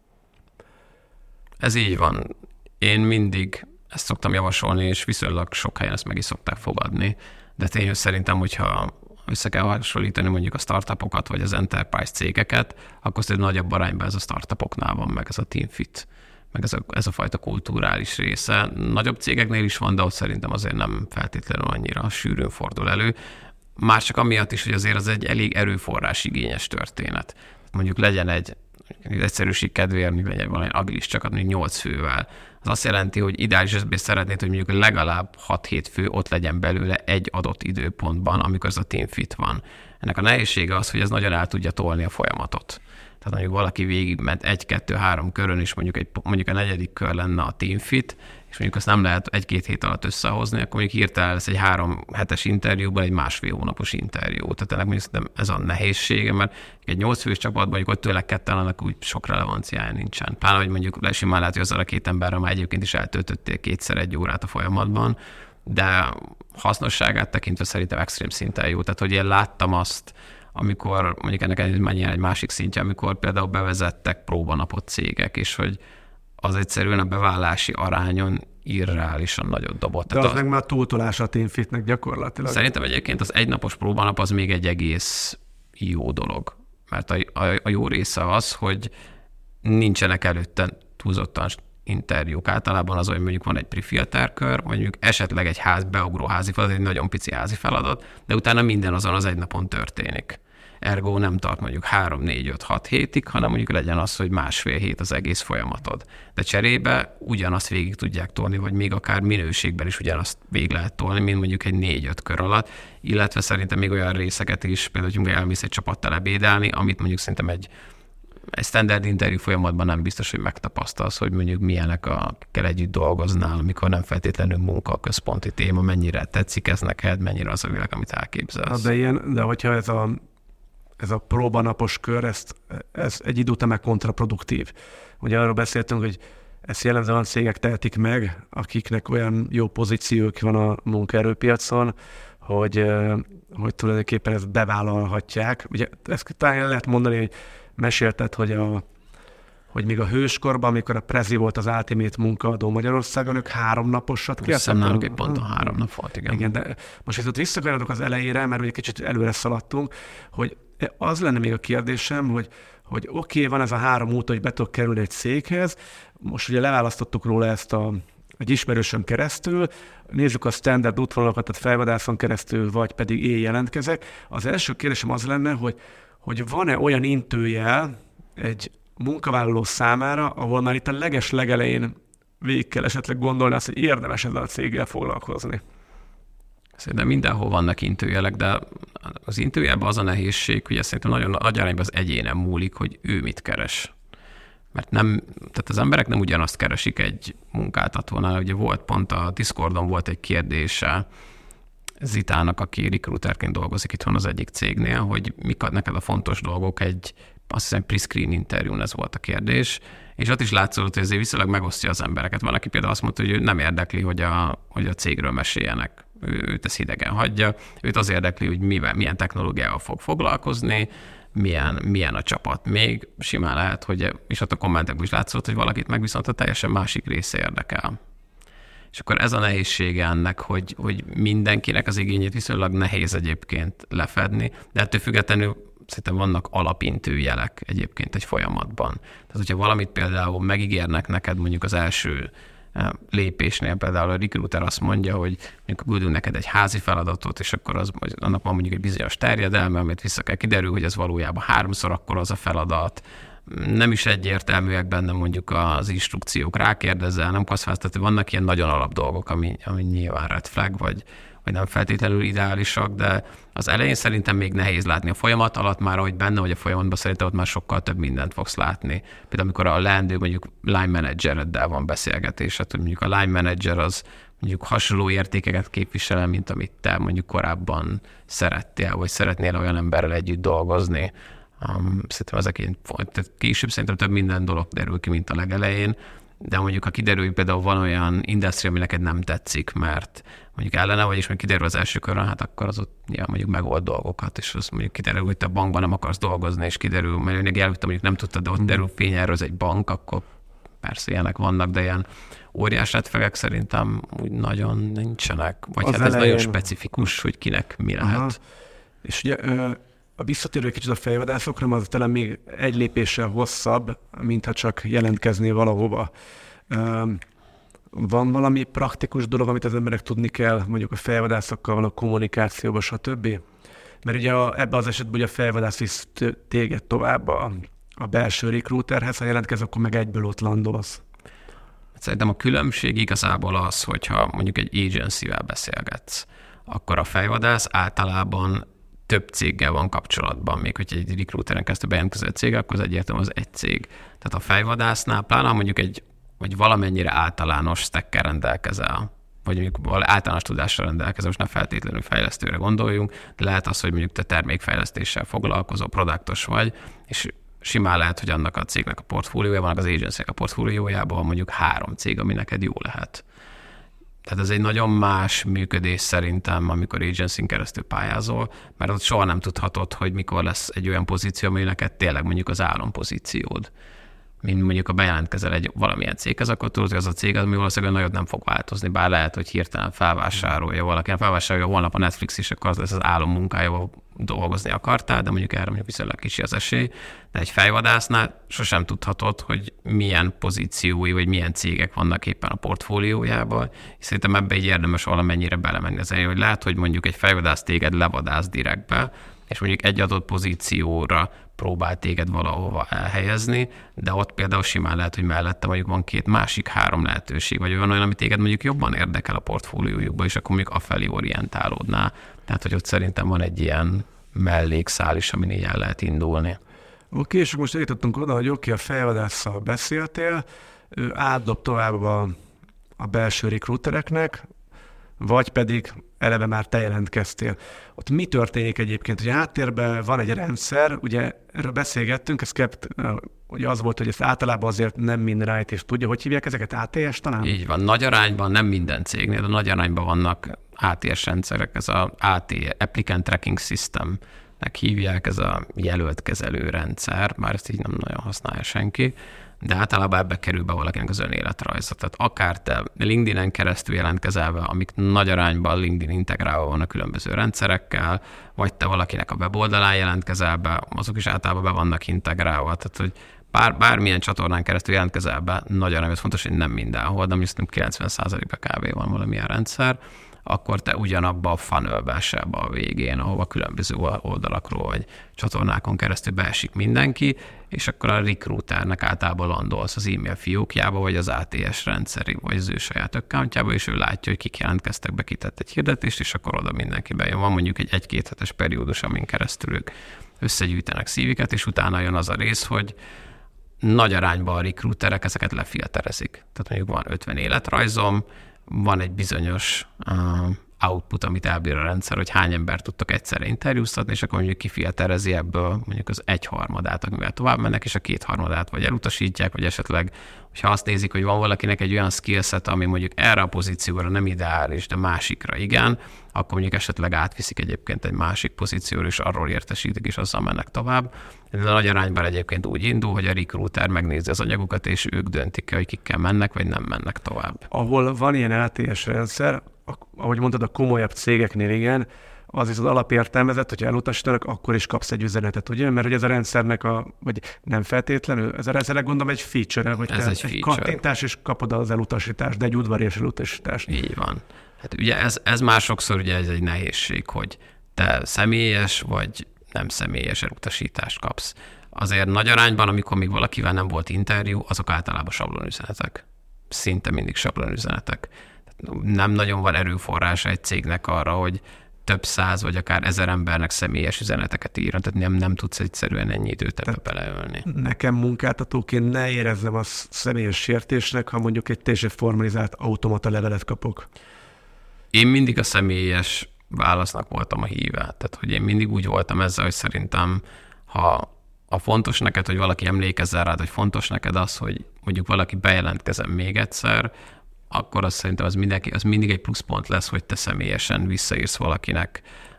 Ez így van. Én mindig ezt szoktam javasolni, és viszonylag sok helyen ezt meg is szokták fogadni, de tényleg szerintem, hogyha össze kell hasonlítani mondjuk a startupokat, vagy az enterprise cégeket, akkor szerintem nagyobb arányban ez a startupoknál van, meg ez a teamfit, meg ez a, ez a fajta kulturális része. Nagyobb cégeknél is van, de ott szerintem azért nem feltétlenül annyira sűrűn fordul elő. Már csak amiatt is, hogy azért az egy elég erőforrás igényes történet. Mondjuk legyen egy egyszerűség kedvéért, mint legyen valami agilis csapat, mint nyolc fővel. Az azt jelenti, hogy ideális esetben szeretnéd, hogy mondjuk legalább hat-hét fő ott legyen belőle egy adott időpontban, amikor ez a teamfit van. Ennek a nehézsége az, hogy ez nagyon el tudja tolni a folyamatot. Tehát mondjuk valaki végigment egy-kettő-három körön, és mondjuk, egy, mondjuk a negyedik kör lenne a teamfit, és mondjuk azt nem lehet egy-két hét alatt összehozni, akkor mondjuk hirtelen lesz egy három hetes interjúban egy másfél hónapos interjú. Tehát ennek mondjuk ez a nehézsége, mert egy nyolc fős csapatban mondjuk ott tőle ketten annak úgy sok relevanciája nincsen. Pláne, hogy mondjuk simán lehet, hogy azzal a két emberrel már egyébként is eltöltöttél kétszer egy órát a folyamatban, de hasznosságát tekintve szerintem extrém szinten jó. Tehát, hogy én láttam azt, amikor mondjuk ennek egy másik szintje, amikor például bevezettek próbanapot cégek, és hogy az egyszerűen a bevállási arányon irreálisan nagyot dobott. De az, az meg már túltolás a teamfitnek gyakorlatilag. Szerintem egyébként az egynapos próbanap az még egy egész jó dolog. Mert a, a, a jó része az, hogy nincsenek előtte túlzottan interjúk. Általában az, hogy mondjuk van egy pre-filterkör, mondjuk esetleg egy ház, beugró házi feladat, egy nagyon pici házi feladat, de utána minden azon az egy napon történik. Ergo nem tart mondjuk három, négy, öt, hat hétig, hanem mondjuk legyen az, hogy másfél hét az egész folyamatod. De cserébe ugyanazt végig tudják tolni, vagy még akár minőségben is ugyanazt végig lehet tolni, mint mondjuk egy négy-öt kör alatt, illetve szerintem még olyan részeket is, például, hogy elmész egy csapattal ebédelni, amit mondjuk szerintem egy, egy standard interjú folyamatban nem biztos, hogy megtapasztalsz, hogy mondjuk milyenek a kell együtt dolgoznál, amikor nem feltétlenül munka a központi téma, mennyire tetszik ez neked, mennyire az a világ, amit elképzelsz. De, ilyen, de hogyha ez a ez a próbanapos kör, ezt, ez egy idő után meg kontraproduktív. Ugye arról beszéltünk, hogy ezt jellemzően cégek tehetik meg, akiknek olyan jó pozíciók van a munkaerőpiacon, hogy, hogy tulajdonképpen ezt bevállalhatják. Ugye ezt talán lehet mondani, hogy mesélted, hogy, a, hogy még a hőskorban, amikor a Prezi volt az Ultimate munkaadó Magyarországon, ők három naposat kértek. Hiszem náluk egy ponton három nap volt, igen. Igen, de most ezt ott visszakanyarodok az elejére, mert ugye kicsit előre szaladtunk, hogy az lenne még a kérdésem, hogy, hogy oké, okay, van ez a három út, hogy be tudok kerülni egy céghez, most ugye leválasztottuk róla ezt a, egy ismerősön keresztül, nézzük a standard útvonalakat, tehát felvadászon keresztül, vagy pedig én jelentkezek. Az első kérdésem az lenne, hogy, hogy van-e olyan intőjel egy munkavállaló számára, ahol már itt a leges legelején végig kell esetleg gondolni azt, hogy érdemes ezzel a céggel foglalkozni. Szerintem mindenhol vannak intőjelek, de az intőjelben az a nehézség, hogy szerintem nagyon nagy arányban az egyénen múlik, hogy ő mit keres. Mert nem, tehát az emberek nem ugyanazt keresik egy munkáltatónál. Ugye volt pont a Discordon volt egy kérdése Zitának, aki recruiterként dolgozik itthon az egyik cégnél, hogy mik neked a fontos dolgok egy, azt hiszem, pre-screen interjún ez volt a kérdés, és ott is látszott, hogy ezért viszonylag megosztja az embereket. Van, aki például azt mondta, hogy ő nem érdekli, hogy a, hogy a cégről meséljenek. Ő, őt ez hidegen hagyja. Őt az érdekli, hogy mivel, milyen technológiával fog foglalkozni, milyen, milyen a csapat még. Simán lehet, hogy, és ott a kommentekben is látszott, hogy valakit meg viszont a teljesen másik része érdekel. És akkor ez a nehézsége ennek, hogy, hogy mindenkinek az igényét viszonylag nehéz egyébként lefedni, de ettől függetlenül szerintem vannak alapintő jelek egyébként egy folyamatban. Tehát, hogyha valamit például megígérnek neked mondjuk az első lépésnél, például a recruiter azt mondja, hogy mondjuk küldünk neked egy házi feladatot, és akkor az, annak van mondjuk egy bizonyos terjedelme, amit vissza kell kiderül, hogy ez valójában háromszor akkor az a feladat, nem is egyértelműek benne mondjuk az instrukciók, rákérdezel, nem kaszfálsz, tehát vannak ilyen nagyon alap dolgok, ami, ami nyilván red flag, vagy, vagy nem feltétlenül ideálisak, de az elején szerintem még nehéz látni. A folyamat alatt már, ahogy benne vagy a folyamatban, szerintem ott már sokkal több mindent fogsz látni. Például amikor a leendő mondjuk line managereddel van beszélgetés, hogy mondjuk a line manager az mondjuk hasonló értékeket képvisel, mint amit te mondjuk korábban szerettél, vagy szeretnél olyan emberrel együtt dolgozni. Um, szerintem ezek ilyen, tehát később szerintem több minden dolog derül ki, mint a legelején, de mondjuk ha kiderül, például van olyan industria, ami neked nem tetszik, mert mondjuk ellene vagy, és mondjuk kiderül az első körön, hát akkor az ott ja, mondjuk megold dolgokat, és az mondjuk kiderül, hogy te a bankban nem akarsz dolgozni, és kiderül, mert még előtte mondjuk nem tudtad, de ott derül fény, erről ez egy bank, akkor persze ilyenek vannak, de ilyen óriás redflegek szerintem úgy nagyon nincsenek, vagy az hát elején... ez nagyon specifikus, hogy kinek mi lehet. Aha. És ugye a visszatérő kicsit a fejvadászokra, az talán még egy lépéssel hosszabb, mintha csak jelentkeznél valahova. Van valami praktikus dolog, amit az emberek tudni kell, mondjuk a fejvadászokkal való kommunikációban, stb.? Mert ugye a, ebben az esetben ugye a fejvadász visz téged tovább a, a belső recruiterhez, ha jelentkezz, akkor meg egyből ott landolsz. Szerintem a különbség igazából az, hogyha mondjuk egy agency-vel beszélgetsz, akkor a fejvadász általában több céggel van kapcsolatban, még hogyha egy recruiteren keresztül bejelentkező cég, akkor az egyértelműen az egy cég. Tehát a fejvadásznál, pláne mondjuk egy, vagy valamennyire általános stackkel rendelkezel, vagy mondjuk általános tudásra rendelkezel, most nem feltétlenül fejlesztőre gondoljunk, de lehet az, hogy mondjuk te termékfejlesztéssel foglalkozó, produktos vagy, és simán lehet, hogy annak a cégnek a portfóliójában, az agency-nek a portfóliójában mondjuk három cég, ami neked jó lehet. Tehát ez egy nagyon más működés szerintem, amikor agency-n keresztül pályázol, mert ott soha nem tudhatod, hogy mikor lesz egy olyan pozíció, ami neked tényleg mondjuk az álompozíciód. Mint mondjuk, ha bejelentkezel egy valamilyen céghez, akkor tudod, hogy az a cég, ami valószínűleg nagyon nem fog változni, bár lehet, hogy hirtelen felvásárolja valaki, felvásárolja holnap a Netflix is, akkor az lesz az álom munkájával dolgozni akartál, de mondjuk erre mondjuk viszonylag kicsi az esély, de egy fejvadásznál sosem tudhatod, hogy milyen pozíciói, vagy milyen cégek vannak éppen a portfóliójában, és szerintem ebbe így érdemes valamennyire belemenni az elején, hogy lehet, hogy mondjuk egy fejvadász téged levadász direktbe, és mondjuk egy adott pozícióra próbál téged valahova elhelyezni, de ott például simán lehet, hogy mellette mondjuk van két másik három lehetőség, vagy olyan, olyan, ami téged mondjuk jobban érdekel a portfóliójukba, és akkor mondjuk afelé orientálódnál. Tehát, hogy ott szerintem van egy ilyen mellékszál is, amin így el lehet indulni. Oké, okay, és most eljutottunk oda, hogy oké, okay, a fejvadásszal beszéltél, ő átdob tovább a, a belső recruitereknek, vagy pedig eleve már te jelentkeztél. Ott mi történik egyébként? Ugye háttérben van egy rendszer, ugye erről beszélgettünk, ez kept, ugye az volt, hogy ezt általában azért nem minden i té-s tudja, hogy hívják ezeket, á té es talán? Így van, nagy arányban, nem minden cégnél, de nagy arányban vannak á té es rendszerek, ez a á té, Applicant Tracking System-nek hívják, ez a jelöltkezelő rendszer, már ezt így nem nagyon használja senki, de általában ebbe kerül be valakinek az önéletrajza. Tehát akár te LinkedIn-en keresztül jelentkezel be, amik nagy arányban LinkedIn integrálva van a különböző rendszerekkel, vagy te valakinek a weboldalán jelentkezel be, azok is általában be vannak integrálva. Tehát, hogy bár, bármilyen csatornán keresztül jelentkezel be, nagy arányban ez fontos, hogy nem mindenhol, de mondjuk kilencven százalékban kb. Van valamilyen rendszer, akkor te ugyanabba a funnelbe se be a végén, ahova különböző oldalakról vagy csatornákon keresztül beesik mindenki, és akkor a recruiternek általában landolsz az e-mail fiókjába, vagy az á té es rendszeri, vagy az ő saját accountjába, és ő látja, hogy kik jelentkeztek be, kitett egy hirdetést, és akkor oda mindenki bejön. Van mondjuk egy egy-két hetes periódus, amin keresztül ők összegyűjtenek szíviket, és utána jön az a rész, hogy nagy arányban a recruiterek ezeket lefilterezik. Tehát mondjuk van ötven életrajzom, van egy bizonyos uh, output, amit elbír a rendszer, hogy hány embert tudtok egyszerre interjúztatni, és akkor mondjuk kifilterezi ebből mondjuk az egyharmadát, amivel tovább mennek, és a kétharmadát vagy elutasítják, vagy esetleg, hogyha azt nézik, hogy van valakinek egy olyan skillset, ami mondjuk erre a pozícióra nem ideális, de másikra igen, akkor mondjuk esetleg átviszik egyébként egy másik pozícióra, és arról értesítik, és azzal mennek tovább. De a nagy arányban egyébként úgy indul, hogy a recruiter megnézi az anyagokat, és ők döntik ki, hogy kikkel mennek, vagy nem mennek tovább. Ahol van ilyen á té es rendszer, ahogy mondtad, a komolyabb cégeknél igen, az is az alapértelmezett, hogyha elutasítanak, akkor is kapsz egy üzenetet, ugye? Mert hogy ez a rendszernek a, vagy nem feltétlenül, ez a rendszernek gondolom egy feature-e, hogy ez te egy, egy kattintás, és kapod az elutasítást, de egy udvarias elutasítást. Így van. Hát ugye ez, ez már sokszor ugye ez egy nehézség, hogy te személyes vagy nem személyes elutasítást kapsz. azért nagy arányban, amikor még valakivel nem volt interjú, azok általában sablonüzenetek. Szinte mindig sablonüzenetek. Nem nagyon van erőforrása egy cégnek arra, hogy több száz vagy akár ezer embernek személyes üzeneteket írni, tehát nem, nem tudsz egyszerűen ennyi időt ebbe beleölni. Nekem munkáltatóként ne érezzem azt személyes sértésnek, ha mondjuk egy teljesen formalizált automata levelet kapok. Én mindig a személyes válasznak voltam a híve. Tehát, hogy én mindig úgy voltam ezzel, hogy szerintem, ha a fontos neked, hogy valaki emlékezzen rád, hogy fontos neked az, hogy mondjuk valaki bejelentkezem még egyszer, akkor azt szerintem az, mindenki, az mindig egy pluszpont lesz, hogy te személyesen visszaírsz valakinek.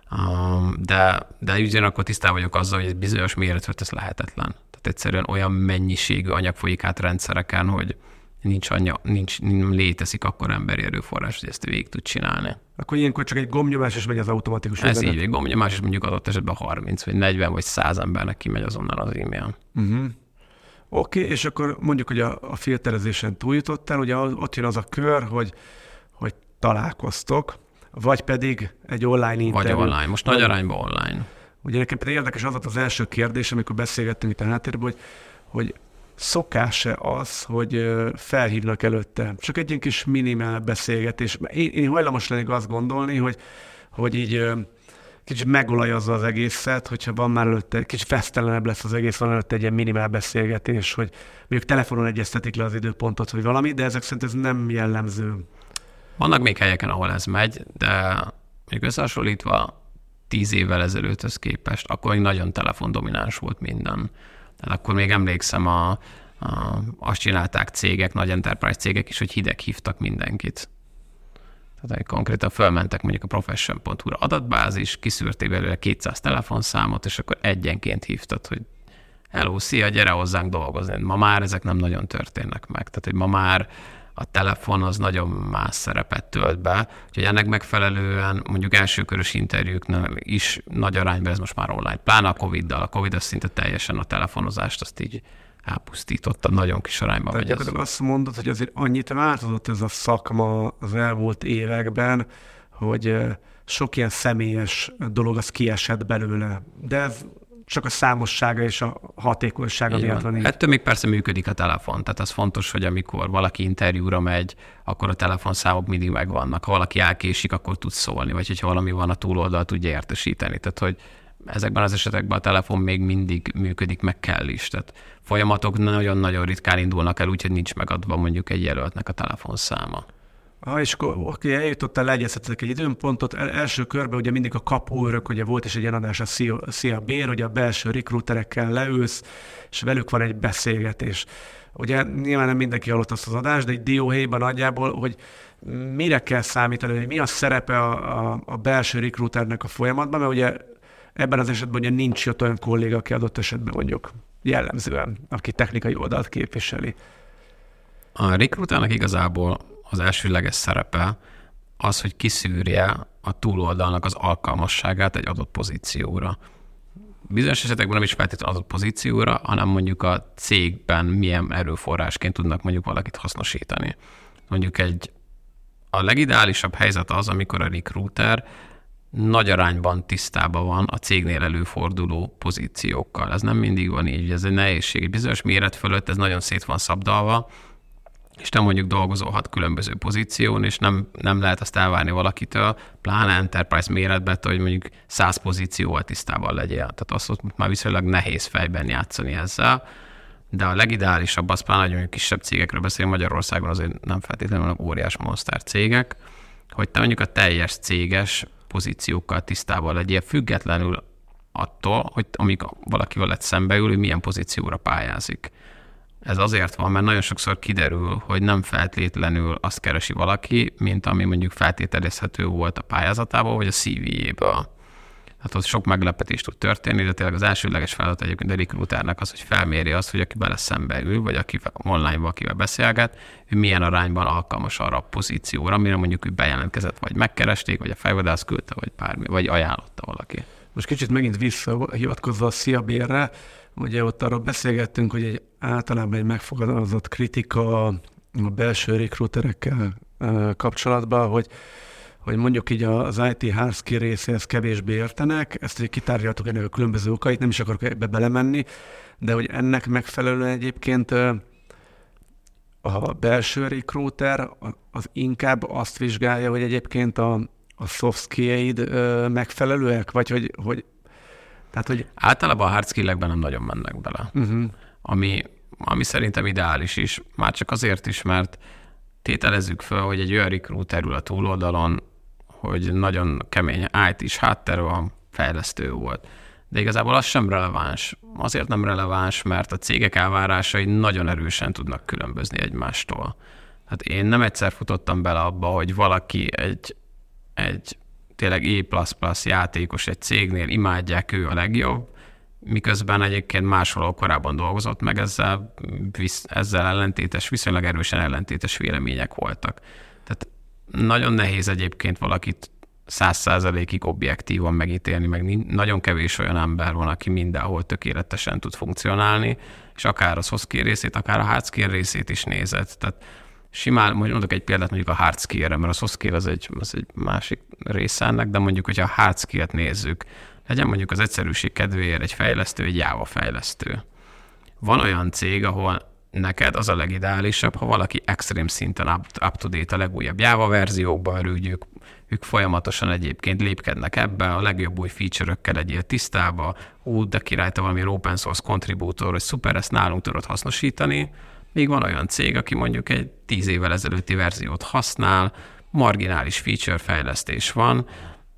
De, de ugyanakkor tisztában vagyok azzal, hogy egy bizonyos méretről ez lehetetlen. Tehát egyszerűen olyan mennyiségű anyag folyik át rendszereken, hogy nincs, anya, nincs nem létezik akkor emberi erőforrás, hogy ezt végig tud csinálni. Akkor ilyenkor csak egy gombnyomás, és megy az automatikus Ez üzenet. így, egy gombnyomás, és mondjuk adott esetben harminc, vagy negyven, vagy száz embernek kimegy azonnal az e-mail. Uh-huh. Oké, okay, és akkor mondjuk, hogy a, a filterezésen túljutottál, ugye ott jön az a kör, hogy, hogy találkoztok, vagy pedig egy online interjú. Vagy online, most nagy arányban online. Ugye nekem pedig érdekes az volt az első kérdés, amikor beszélgettünk itt a háttérben, hogy, hogy szokás-e az, hogy felhívnak előtte? Csak egy ilyen kis minimál beszélgetés. Én, én hajlamos lennék azt gondolni, hogy, hogy így kicsit megolajozza az egészet, hogyha van már előtte, kicsit fesztelenebb lesz az egész, van előtte egy ilyen minimál beszélgetés, hogy mondjuk telefonon egyeztetik le az időpontot, vagy valami, de ezek szerint ez nem jellemző. Vannak még helyeken, ahol ez megy, de mondjuk összehasonlítva tíz évvel ezelőtthöz képest, akkor még nagyon telefondomináns volt minden. Tehát akkor még emlékszem, a, a, azt csinálták cégek, nagy enterprise cégek is, hogy hideg hívtak mindenkit. Tehát konkrétan fölmentek mondjuk a profession pont hu-ra adatbázis, kiszűrték belőle kétszáz telefonszámot, és akkor egyenként hívtad, hogy hello, szia, gyere hozzánk dolgozni. Ma már ezek nem nagyon történnek meg. Tehát, hogy ma már a telefon az nagyon más szerepet tölt be, úgyhogy ennek megfelelően mondjuk elsőkörös interjúknál is nagy arányban ez most már online. Pláne a Coviddal. A Covid az szinte teljesen a telefonozást azt így elpusztította, nagyon kis arányban. Tehát gyakorlatilag azt mondod, hogy azért annyit változott ez a szakma az elmúlt években, hogy sok ilyen személyes dolog az kiesett belőle. De ez csak a számossága és a hatékonysága miatt van így. Ettől még persze működik a telefon. Tehát az fontos, hogy amikor valaki interjúra megy, akkor a telefonszámok mindig megvannak. Ha valaki elkésik, akkor tud szólni, vagy hogyha valami van a túloldal, tudja értesíteni. Tehát, hogy ezekben az esetekben a telefon még mindig működik, meg kell is. Tehát folyamatok nagyon-nagyon ritkán indulnak el, úgyhogy nincs megadva mondjuk egy jelöltnek a telefonszáma. Ah, és akkor oké, eljutottál, leegyeztetek egy időpontot. El, első körben ugye mindig a kapuőrök, ugye volt is egy ilyen adás a Szia, Szia Bér, hogy a belső recruiterekkel leülsz, és velük van egy beszélgetés. Ugye nyilván nem mindenki hallott azt az adást, de egy dióhéjban nagyjából, hogy mire kell számítani, hogy mi a szerepe a, a, a belső recruiternek a folyamatban, mert ugye ebben az esetben ugye nincs ott olyan kolléga, aki adott esetben mondjuk jellemzően, aki technikai oldalt képviseli. A recruiternek igazából az elsőleges szerepe az, hogy kiszűrje a túloldalnak az alkalmasságát egy adott pozícióra. Bizonyos esetekben nem is feltétlenül adott pozícióra, hanem mondjuk a cégben milyen erőforrásként tudnak mondjuk valakit hasznosítani. Mondjuk egy a legideálisabb helyzet az, amikor a recruiter nagy arányban tisztában van a cégnél előforduló pozíciókkal. Ez nem mindig van így, ez egy nehézség. Egy bizonyos méret fölött ez nagyon szét van szabdalva, és nem mondjuk dolgozol hat különböző pozíción, és nem, nem lehet azt elvárni valakitől, pláne enterprise méretben, hogy mondjuk száz pozícióval tisztában legyél. Tehát azt ott már viszonylag nehéz fejben játszani ezzel, de a legideálisabb az, pláne, hogy mondjuk kisebb cégekről beszélünk, Magyarországon azért nem feltétlenül óriás monster cégek, hogy te mondjuk a teljes céges pozíciókkal tisztában legyél, függetlenül attól, hogy amíg valaki veled szembeül, hogy milyen pozícióra pályázik. Ez azért van, mert nagyon sokszor kiderül, hogy nem feltétlenül azt keresi valaki, mint ami mondjuk feltételezhető volt a pályázatából, vagy a cé vé-jéből. Hát ott sok meglepetés tud történni, de tényleg az elsődleges feladat egyébként a recruiternek az, hogy felméri azt, hogy aki bele szembe ül, vagy aki online-ban akivel beszélget, ő milyen arányban alkalmas arra a pozícióra, amire mondjuk ő bejelentkezett, vagy megkeresték, vagy a fejvadász küldte, vagy bármi, vagy ajánlotta valaki. Most kicsit megint visszahivatkozva a Szia Bérre, ugye ott arról beszélgettünk, hogy egy általában egy megfogalmazott kritika a belső recruiterekkel kapcsolatban, hogy hogy mondjuk így az i té hard skill részéhez kevésbé értenek, ezt ugye kitárgyaltuk ennek a különböző okait, nem is akarok ebbe belemenni, de hogy ennek megfelelően egyébként a belső recruiter az inkább azt vizsgálja, hogy egyébként a, a soft skill-eid megfelelőek, vagy hogy, hogy, tehát, hogy... Általában a hard skill-ekben nem nagyon mennek bele, uh-huh. ami, ami szerintem ideális is, már csak azért is, mert tételezzük fel, hogy egy olyan recruiter ül a túloldalon, hogy nagyon kemény í té-s háttere van, fejlesztő volt. De igazából az sem releváns. Azért nem releváns, mert a cégek elvárásai nagyon erősen tudnak különbözni egymástól. Hát én nem egyszer futottam bele abba, hogy valaki egy, egy tényleg A plusz plusz játékos egy cégnél, imádják, ő a legjobb, miközben egyébként máshol korábban dolgozott, meg ezzel, ezzel ellentétes, viszonylag erősen ellentétes vélemények voltak. Tehát nagyon nehéz egyébként valakit száz százalékig objektívan megítélni, meg nagyon kevés olyan ember van, aki mindenhol tökéletesen tud funkcionálni, és akár a soft skill részét, akár a hard skill részét is nézett. Tehát simán, mondjuk egy példát mondjuk a hard skill-re, mert a soft skill az egy, az egy másik része ennek, de mondjuk, hogyha a hard skill-t nézzük, legyen mondjuk az egyszerűség kedvéért egy fejlesztő, egy Java fejlesztő. Van olyan cég, ahol neked az a legideálisabb, ha valaki extrém szinten up-to-date a legújabb Java verziókban, ők, ők folyamatosan egyébként lépkednek ebbe, a legjobb új feature-ökkel legyél tisztába, ú, de királlyta valami open source contributor, hogy szuper, ezt nálunk tudod hasznosítani. Még van olyan cég, aki mondjuk egy tíz évvel ezelőtti verziót használ, marginális feature fejlesztés van,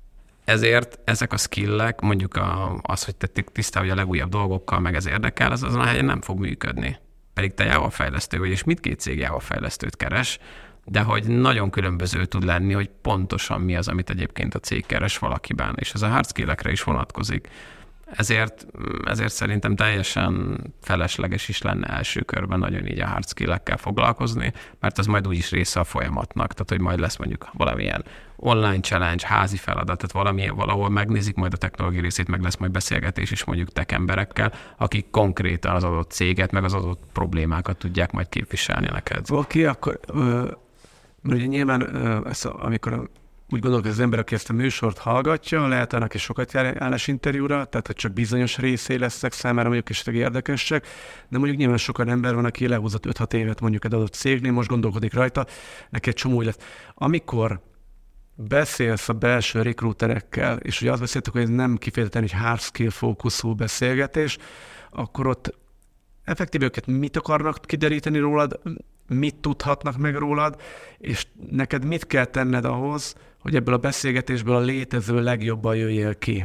ezért ezek a skillek, mondjuk a, az, hogy te tisztában vagy a legújabb dolgokkal, meg ez érdekel, az azon a helyen nem fog működni. Pedig te Java fejlesztő vagy, és mindkét cég Java fejlesztőt keres, de hogy nagyon különböző tud lenni, hogy pontosan mi az, amit egyébként a cég keres valakiben, és ez a hard skill-ekre is vonatkozik. Ezért, ezért szerintem teljesen felesleges is lenne első körben nagyon így a hard skill-ekkel foglalkozni, mert az majd úgyis része a folyamatnak, tehát hogy majd lesz mondjuk valamilyen online challenge, házi feladat, tehát valami, valahol megnézik majd a technológiai részét, meg lesz majd beszélgetés is mondjuk tech emberekkel, akik konkrétan az adott céget, meg az adott problémákat tudják majd képviselni neked. Oké, okay, akkor ö, mert ugye nyilván ö, ezt, amikor úgy gondolok, hogy az ember, aki ezt a műsort hallgatja, lehet annak is sokat jár állásinterjúra, tehát hogy csak bizonyos részei lesznek számára mondjuk esetleg érdekesek, de mondjuk nyilván sokan ember van, aki lehúzott öt-hat évet mondjuk egy adott cégnél, most gondolkodik rajta, neki egy csomó úgy lesz. Amikor beszélsz a belső recruiterekkel, és ugye azt beszéltük, hogy ez nem kifejezetten egy hard skill fókuszú beszélgetés, akkor ott effektív őket mit akarnak kideríteni rólad, mit tudhatnak meg rólad, és neked mit kell tenned ahhoz, hogy ebből a beszélgetésből a létező legjobban jöjjél ki?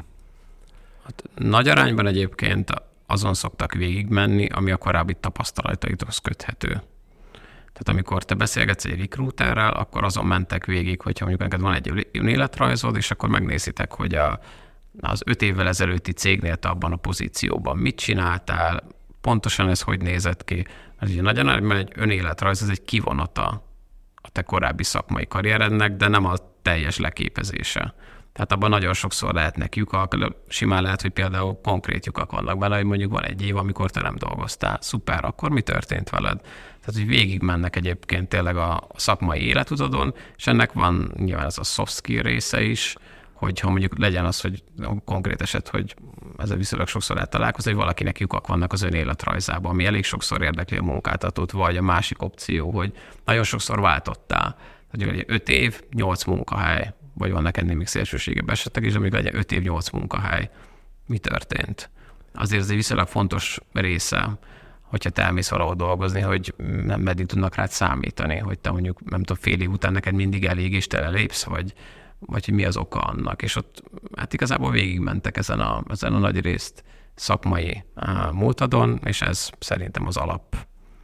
Hát, nagy arányban egyébként azon szoktak végigmenni, ami a korábbi tapasztalataidhoz köthető. Tehát amikor te beszélgetsz egy recruiterrel, akkor azon mentek végig, hogyha mondjuk neked van egy önéletrajzod, és akkor megnézitek, hogy a, az öt évvel ezelőtti cégnél te abban a pozícióban mit csináltál, pontosan ez hogy nézett ki. Mert ugye nagyon arányban egy önéletrajz, ez egy kivonata a te korábbi szakmai karrierednek, de nem a teljes leképezése. Tehát abban nagyon sokszor lehetnek lyukak, simán lehet, hogy például konkrét lyukak vannak bele, hogy mondjuk van egy év, amikor te nem dolgoztál. Szuper, akkor mi történt veled? Tehát, hogy végig mennek egyébként tényleg a szakmai életutadon, és ennek van nyilván ez a soft skill része is, hogyha mondjuk legyen az, hogy konkrét eset, hogy ezzel viszonylag sokszor lehet találkozni, hogy valakinek lyukak vannak az ön életrajzában, ami elég sokszor érdekli a munkáltatót, vagy a másik opció, hogy nagyon sokszor váltottál. Tehát öt év, nyolc munkahely, vagy van neked még szélsőségebb esetek is, de még legyen öt év, nyolc munkahely. Mi történt? Azért ez egy viszonylag fontos része, hogyha te elmész valahol dolgozni, hogy nem meddig tudnak rád számítani, hogy te mondjuk, nem tudom, fél év után neked mindig elég és te lelépsz, vagy, vagy hogy mi az oka annak. És ott hát igazából végigmentek ezen a, ezen a nagy részt szakmai uh, múltadon, és ez szerintem az alap.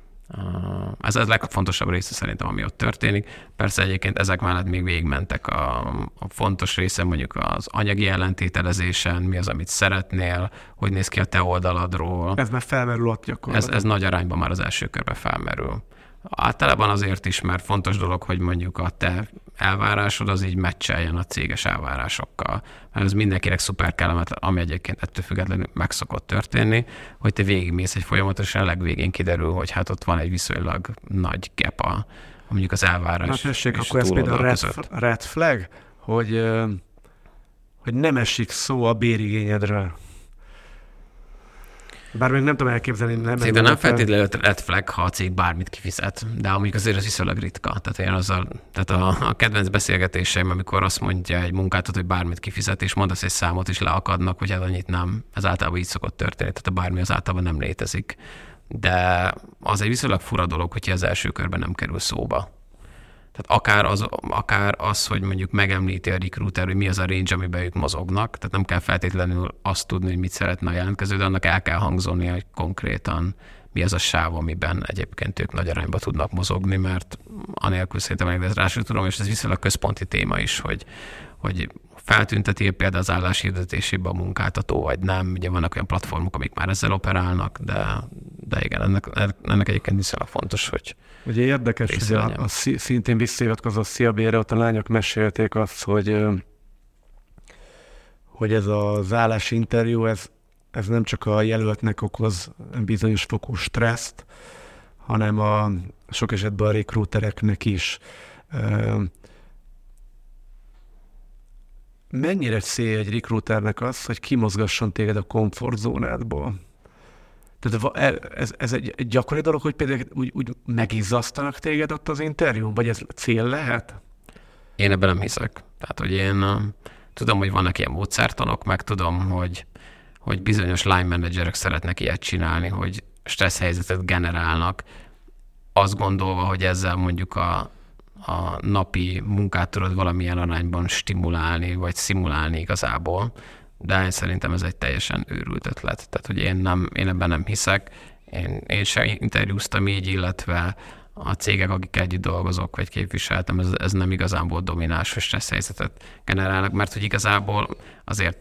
Uh, ez a legfontosabb része szerintem, ami ott történik. Persze egyébként ezek mellett még végigmentek a, a fontos része, mondjuk az anyagi ellentételezésen, mi az, amit szeretnél, hogy néz ki a te oldaladról. Ez már felmerül ott gyakorlatilag. Ez, ez nagy arányban már az első körben felmerül. Általában azért is, mert fontos dolog, hogy mondjuk a te elvárásod az így meccseljen a céges elvárásokkal. Mert ez mindenkinek szuper kellemetlen, ami egyébként ettől függetlenül meg szokott történni, hogy te végigmész egy folyamatosan, a legvégén kiderül, hogy hát ott van egy viszonylag nagy gap a mondjuk az elvárás. Na tessék, akkor ez például red, red flag, hogy, hogy nem esik szó a bérigényedről. Bár még nem tudom elképzelni. Nem Szerintem nem feltétlenül red flag, ha a cég bármit kifizet, de amik azért az viszonylag ritka. Tehát, én azzal, tehát a, a kedvenc beszélgetéseim, amikor azt mondja egy munkáltató, hogy bármit kifizet, és mondasz egy számot, és leakadnak, hogy hát annyit nem. Ez általában így szokott történni, tehát a bármi az általában nem létezik. De az egy viszonylag fura dolog, hogyha az első körben nem kerül szóba. Tehát akár az, akár az, hogy mondjuk megemlíti a recruiter, hogy mi az a range, amiben ők mozognak, tehát nem kell feltétlenül azt tudni, hogy mit szeretne a jelentkező, de annak el kell hangzolni, hogy konkrétan mi az a sáv, amiben egyébként ők nagy arányba tudnak mozogni, mert anélkül szerintem megnézrásra tudom, és ez viszonylag központi téma is, hogy, hogy feltünteti például az állás hirdetésében a munkáltató, vagy nem. Ugye vannak olyan platformok, amik már ezzel operálnak, de, de igen, ennek, ennek egyébként viszonylag fontos, hogy ugye érdekes, hogy a, a szintén visszahivatkozó Szia Bérre, ott a lányok mesélték azt, hogy, hogy ez az állásinterjú, ez, ez nem csak a jelöltnek okoz bizonyos fokú stresszt, hanem a sok esetben a recruitereknek is. Mennyire célja egy recruiternek az, hogy kimozgasson téged a komfortzónádból? Tehát ez, ez egy gyakori dolog, hogy például úgy, úgy megizzasztanak téged ott az interjún? Vagy ez cél lehet? Én ebben nem hiszek. Tehát, hogy én tudom, hogy vannak ilyen módszertanok, meg tudom, hogy, hogy bizonyos line managerek szeretnek ilyet csinálni, hogy stressz helyzetet generálnak, azt gondolva, hogy ezzel mondjuk a a napi munkát tudod valamilyen arányban stimulálni, vagy szimulálni igazából, de én szerintem ez egy teljesen őrült ötlet. Tehát, hogy én, nem, én ebben nem hiszek. Én, én sem interjúztam így, illetve a cégek, akik együtt dolgozok, vagy képviseltem, ez, ez nem igazán volt domináns, hogy stressz helyzetet generálnak, mert hogy igazából azért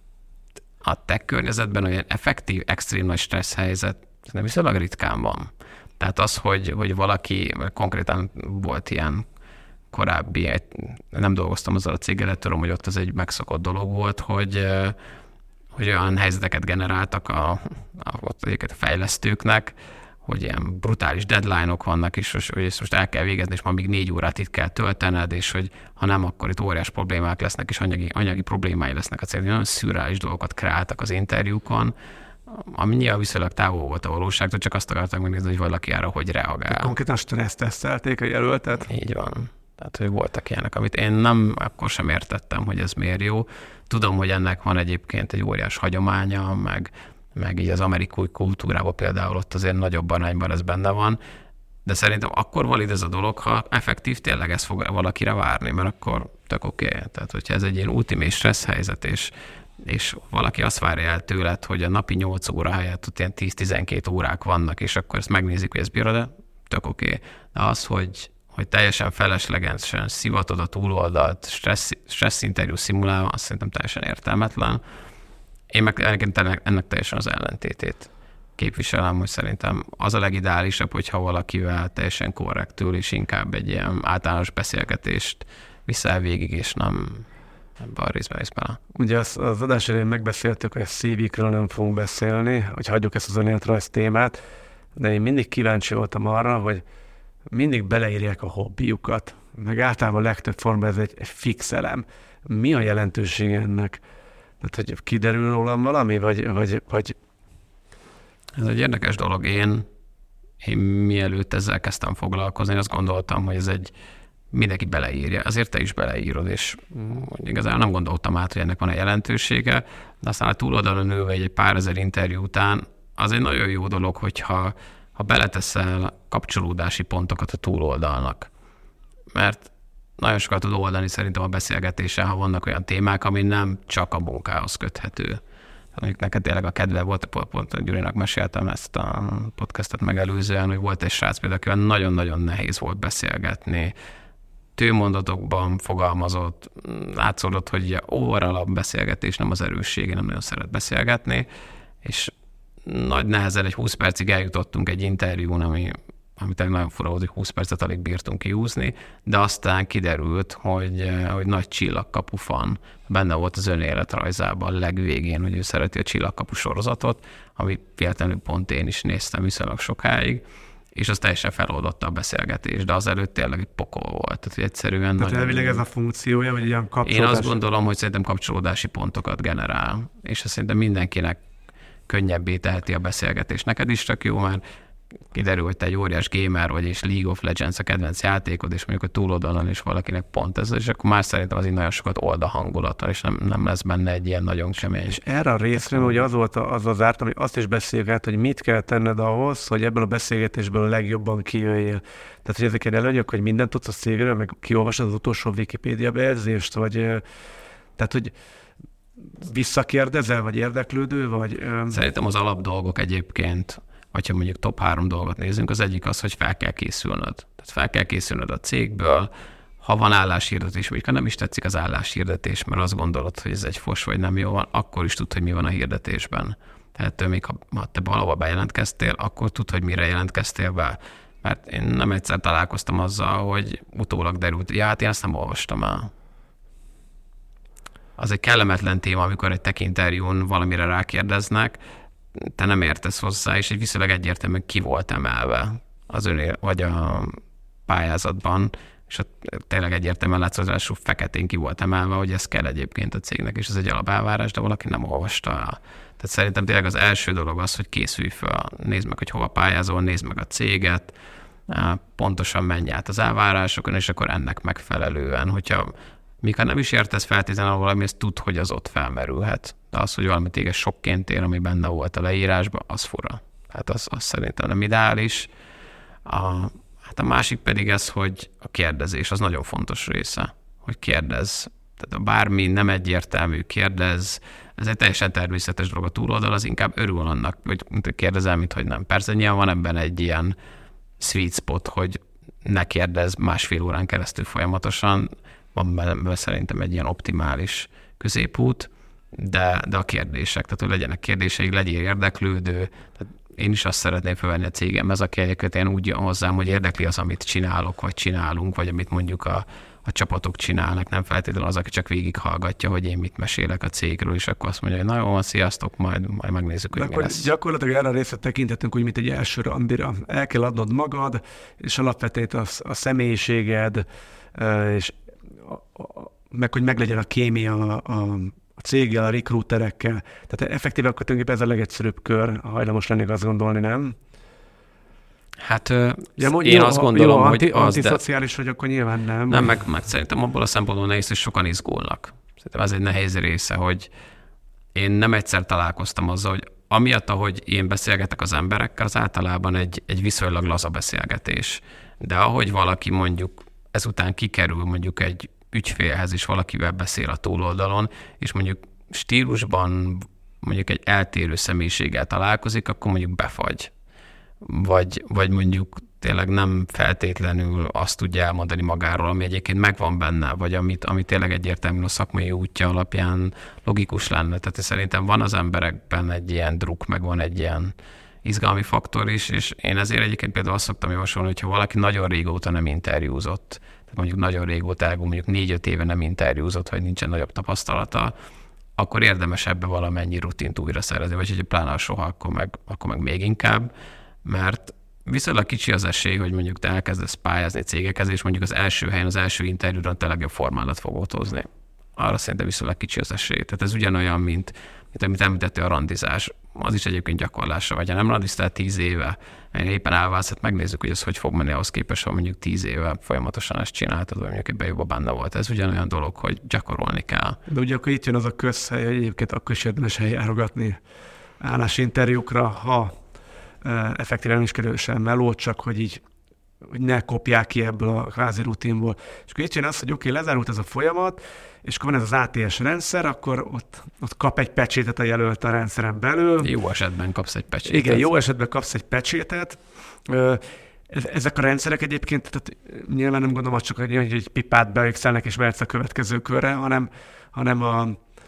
a tech környezetben olyan effektív, extrém nagy stressz helyzet nem viszonylag ritkán van. Tehát az, hogy, hogy valaki, konkrétan volt ilyen korábbi, nem dolgoztam azzal a céggel, de tudom, hogy ott az egy megszokott dolog volt, hogy, hogy olyan helyzeteket generáltak a, a, ott a fejlesztőknek, hogy ilyen brutális deadline-ok vannak, és hogy ezt most el kell végezni, és ma még négy órát itt kell töltened, és hogy ha nem, akkor itt óriás problémák lesznek, és anyagi, anyagi problémái lesznek a cégnek. Nagyon szürreális dolgokat kreáltak az interjúkon, ami nyilván viszonylag távol volt a valóságtól, csak azt akarták megnézni, hogy valaki arra hogy reagál. De konkrétan stressztesztelték a jelöltet? Így van. Tehát, hogy voltak ilyenek, amit én nem, akkor sem értettem, hogy ez miért jó. Tudom, hogy ennek van egyébként egy óriás hagyománya, meg, meg így az amerikai kultúrában például ott azért nagyobb arányban ez benne van, de szerintem akkor valid ez a dolog, ha effektív tényleg ezt fog valakire várni, mert akkor tök oké. Okay. Tehát, hogyha ez egy ilyen ultimate stressz helyzet, és és valaki azt várja el tőled, hogy a napi nyolc óra helyett ott ilyen tíz-tizenkét órák vannak, és akkor ezt megnézik, hogy ez bírod, de tök oké. Okay. De az, hogy, hogy teljesen feleslegesen szivatod a túloldalt, stressz, stressz interjú szimulálva, azt szerintem teljesen értelmetlen. Én meg ennek, ennek teljesen az ellentétét képviselem, hogy szerintem az a legideálisabb, hogyha valakivel teljesen korrektül, és inkább egy ilyen általános beszélgetést viszel végig, és nem ebben a részben is bele. Ugye az, az adás elején megbeszéltük, hogy a cé vé-kről nem fogunk beszélni, hogy hagyjuk ezt az önéletrajz témát, de én mindig kíváncsi voltam arra, hogy mindig beleírják a hobbiukat, meg általában a legtöbb formában ez egy, egy fix elem. Mi a jelentőség ennek? Tehát, hogy kiderül rólam valami, vagy, vagy, vagy... Ez egy érdekes dolog. Én, én mielőtt ezzel kezdtem foglalkozni, azt gondoltam, hogy ez egy mindenki beleírja. Azért te is beleírod, és igazán nem gondoltam át, hogy ennek van egy jelentősége, de aztán a túloldalon ülve egy pár ezer interjú után az egy nagyon jó dolog, hogyha ha beleteszel kapcsolódási pontokat a túloldalnak. Mert nagyon sokat tud oldani szerintem a beszélgetésen, ha vannak olyan témák, ami nem csak a munkához köthető. Mondjuk neked tényleg a kedve volt, pont Gyurinak meséltem ezt a podcastot megelőzően, hogy volt egy srác például, akivel nagyon-nagyon nehéz volt beszélgetni, tőmondatokban fogalmazott, látszódott, hogy overall beszélgetés nem az erőssége, nem nagyon szeret beszélgetni, és nagy nehezen egy húsz percig eljutottunk egy interjún, ami, ami nagyon fura volt, hogy húsz percet alig bírtunk kiúzni, de aztán kiderült, hogy, hogy nagy csillagkapu fan benne volt az önéletrajzában a legvégén, hogy ő szereti a csillagkapu sorozatot, ami véletlenül pont én is néztem viszonylag sokáig, és az teljesen feloldotta a beszélgetést, de azelőtt tényleg egy pokol volt. Tehát egyszerűen Tehát nagyon... elvileg ez a funkciója, vagy ilyen kapcsolódás? Én azt gondolom, hogy szerintem kapcsolódási pontokat generál, és ez szerintem mindenkinek könnyebbé teheti a beszélgetést. Neked is csak jó, mert kiderül, hogy te egy óriás gamer vagy, és League of Legends a kedvenc játékod, és mondjuk a túloldalon is valakinek pont ez, és akkor már szerintem az így nagyon sokat old a hangulata, és nem, nem lesz benne egy ilyen nagyon kemény. És erre a részre, hogy az volt az az árt, ami azt is beszélget, hogy mit kell tenned ahhoz, hogy ebből a beszélgetésből a legjobban kijöjjél. Tehát, hogy ezeken előnyök, hogy mindent tudsz a cégről, meg kiolvasod az utolsó Wikipédia bejegyzést, vagy tehát, hogy visszakérdezel, vagy érdeklődő, vagy... Szerintem az alapdolgok egyébként, hogyha mondjuk top három dolgot nézünk, az egyik az, hogy fel kell készülnöd. Tehát fel kell készülnöd a cégből, ha van álláshirdetés, vagy ha nem is tetszik az álláshirdetés, mert azt gondolod, hogy ez egy fos, vagy nem jó van, akkor is tud, hogy mi van a hirdetésben. Tehát még ha, ha te valahol bejelentkeztél, akkor tud, hogy mire jelentkeztél be. Mert én nem egyszer találkoztam azzal, hogy utólag derült, ja, hát én ezt nem olvastam el. Az egy kellemetlen téma, amikor egy tech interjún valamire rákérdeznek, te nem értesz hozzá, és egy viszonylag egyértelműen ki volt emelve az önél, vagy a pályázatban, és ott tényleg egyértelműen látszódású feketén ki volt emelve, hogy ez kell egyébként a cégnek, és ez egy alapelvárás, de valaki nem olvasta el. Tehát szerintem tényleg az első dolog az, hogy készülj fel, nézd meg, hogy hova pályázol, nézd meg a céget, pontosan menj át az elvárásokon, és akkor ennek megfelelően, hogyha míg ha nem is értesz feltétlenül valami, ezt tud, hogy az ott felmerülhet. De az, hogy valami téged sokként ér, ami benne volt a leírásban, az fura. Hát az, az szerintem nem ideális. A, hát a másik pedig ez, hogy a kérdezés, az nagyon fontos része, hogy kérdezz. Tehát a bármi nem egyértelmű, kérdezz. Ez egy teljesen természetes dolog a túloldal, az inkább örül annak, hogy kérdezel, mint hogy nem. Persze nyilván van ebben egy ilyen sweet spot, hogy ne kérdezz másfél órán keresztül folyamatosan, van benne szerintem egy ilyen optimális középút, de, de a kérdések, tehát hogy legyenek kérdéseik, legyél érdeklődő. Tehát én is azt szeretném felvenni a cégemhez, aki egyébként én úgy jön hozzám, hogy érdekli az, amit csinálok, vagy csinálunk, vagy amit mondjuk a, a csapatok csinálnak, nem feltétlenül az, aki csak végighallgatja, hogy én mit mesélek a cégről, és akkor azt mondja, hogy na jó van, sziasztok, majd, majd megnézzük, hogy de mi lesz. Gyakorlatilag erre a részre tekintetünk úgy, mint egy első randira. El kell adnod magad, és alapvetően a, a személyiséged, és a, a, meg hogy meglegyen a kémia a, a céggel, a recruiterekkel. Tehát effektíve akkor tulajdonképpen ez a legegyszerűbb kör, hajlamos lennék azt gondolni, nem? Hát ja, mondj, én jó, azt gondolom, jó, hogy anti, az, antiszociális vagy, akkor nyilván nem. Nem, meg, meg szerintem abból a szempontból nehéz, hogy sokan izgulnak. Szerintem ez egy nehéz része, hogy én nem egyszer találkoztam azzal, hogy amiatt, ahogy én beszélgetek az emberekkel, az általában egy, egy viszonylag laza beszélgetés. De ahogy valaki mondjuk ezután kikerül mondjuk egy ügyfélhez, és valakivel beszél a túloldalon, és mondjuk stílusban mondjuk egy eltérő személyiséggel találkozik, akkor mondjuk befagy. Vagy, vagy mondjuk tényleg nem feltétlenül azt tudja elmondani magáról, ami egyébként megvan benne, vagy amit, ami tényleg egyértelműen a szakmai útja alapján logikus lenne. Tehát szerintem van az emberekben egy ilyen druk, meg van egy ilyen izgalmi faktor is, és én ezért egyébként például azt szoktam javasolni, hogyha valaki nagyon régóta nem interjúzott, tehát mondjuk nagyon régóta, mondjuk négy-öt éve nem interjúzott, vagy nincsen nagyobb tapasztalata, akkor érdemes ebbe valamennyi rutint újra szerezni, vagy hogyha pláne soha, akkor meg, akkor meg még inkább, mert viszonylag kicsi az esély, hogy mondjuk te elkezdesz pályázni cégekhez, és mondjuk az első helyen, az első interjúron te legjobb formádat fogod hozni. Arra szerintem viszonylag kicsi az esély. Tehát ez ugyanolyan, mint, mint amit említettél, a randizás. Az is egyébként gyakorlásra, vagy ha nem randiztál tíz éve, éppen elválsz, hát megnézzük, hogy ez hogy fog menni ahhoz képest, ha mondjuk tíz éve folyamatosan ezt csináltad, vagy mondjuk ebben jobban benne volt. Ez ugyanolyan dolog, hogy gyakorolni kell. De ugye akkor itt jön az a közhely, hogy egyébként akkor is érdemes eljárogatni állásinterjúkra, ha effektíve nem is kerül sem meló, csak hogy így hogy ne kopják ki ebből a kvázi rutinból. És akkor itt jön az, hogy oké, okay, lezárult ez a folyamat, és akkor van ez az á té es rendszer, akkor ott, ott kap egy pecsétet a jelölt a rendszeren belül. Jó esetben kapsz egy pecsétet. Igen, jó esetben kapsz egy pecsétet. Ezek a rendszerek egyébként, tehát nyilván nem gondolom, hogy csak hogy egy pipát beökszelnek és behetsz a következő körre, hanem, hanem a,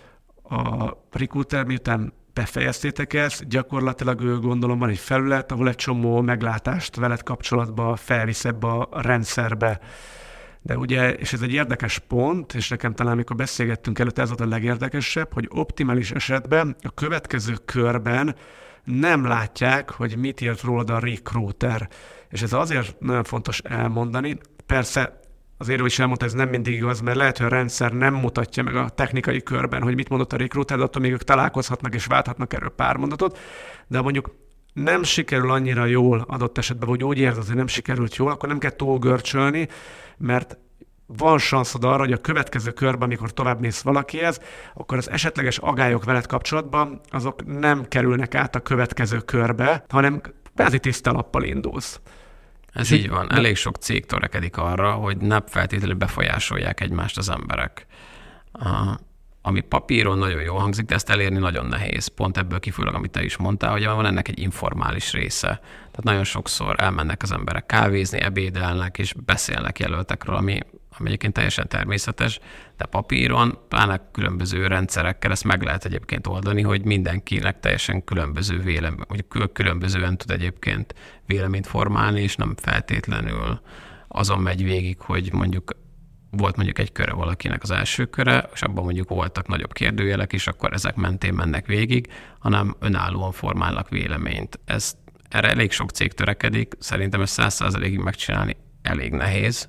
a recruiter miután befejeztétek ezt, gyakorlatilag ő gondolom van egy felület, ahol egy csomó meglátást veled kapcsolatba felvisz ebbe a rendszerbe. De ugye, és ez egy érdekes pont, és nekem talán amikor beszélgettünk előtt, ez volt a legérdekesebb, hogy optimális esetben a következő körben nem látják, hogy mit írt rólad a recruiter. És ez azért nagyon fontos elmondani. Persze az érő is elmondta, ez nem mindig igaz, mert lehet, hogy a rendszer nem mutatja meg a technikai körben, hogy mit mondott a recruiter, de attól még ők találkozhatnak és válthatnak erről pár mondatot, de mondjuk nem sikerül annyira jól adott esetben, vagy úgy érzed, hogy nem sikerült jól, akkor nem kell túl görcsölni, mert van szanszod arra, hogy a következő körben, amikor tovább mész valakihez, akkor az esetleges agályok veled kapcsolatban, azok nem kerülnek át a következő körbe, hanem kvázi tiszta lappal indulsz. Ez így van. Elég sok cég törekedik arra, hogy nem feltétlenül befolyásolják egymást az emberek. A, ami papíron nagyon jól hangzik, de ezt elérni nagyon nehéz. Pont ebből kifolyólag, amit te is mondtál, hogy van ennek egy informális része. Tehát nagyon sokszor elmennek az emberek kávézni, ebédelnek és beszélnek jelöltekről, ami, ami egyébként teljesen természetes, de papíron, pláne különböző rendszerekkel ezt meg lehet egyébként oldani, hogy mindenkinek teljesen különböző vélemény, vagy különbözően tud egyébként véleményt formálni, és nem feltétlenül azon megy végig, hogy mondjuk volt mondjuk egy köre valakinek az első köre, és abban mondjuk voltak nagyobb kérdőjelek is, akkor ezek mentén mennek végig, hanem önállóan formálnak véleményt. Ez, erre elég sok cég törekedik, szerintem ezt száz százalékig megcsinálni elég nehéz,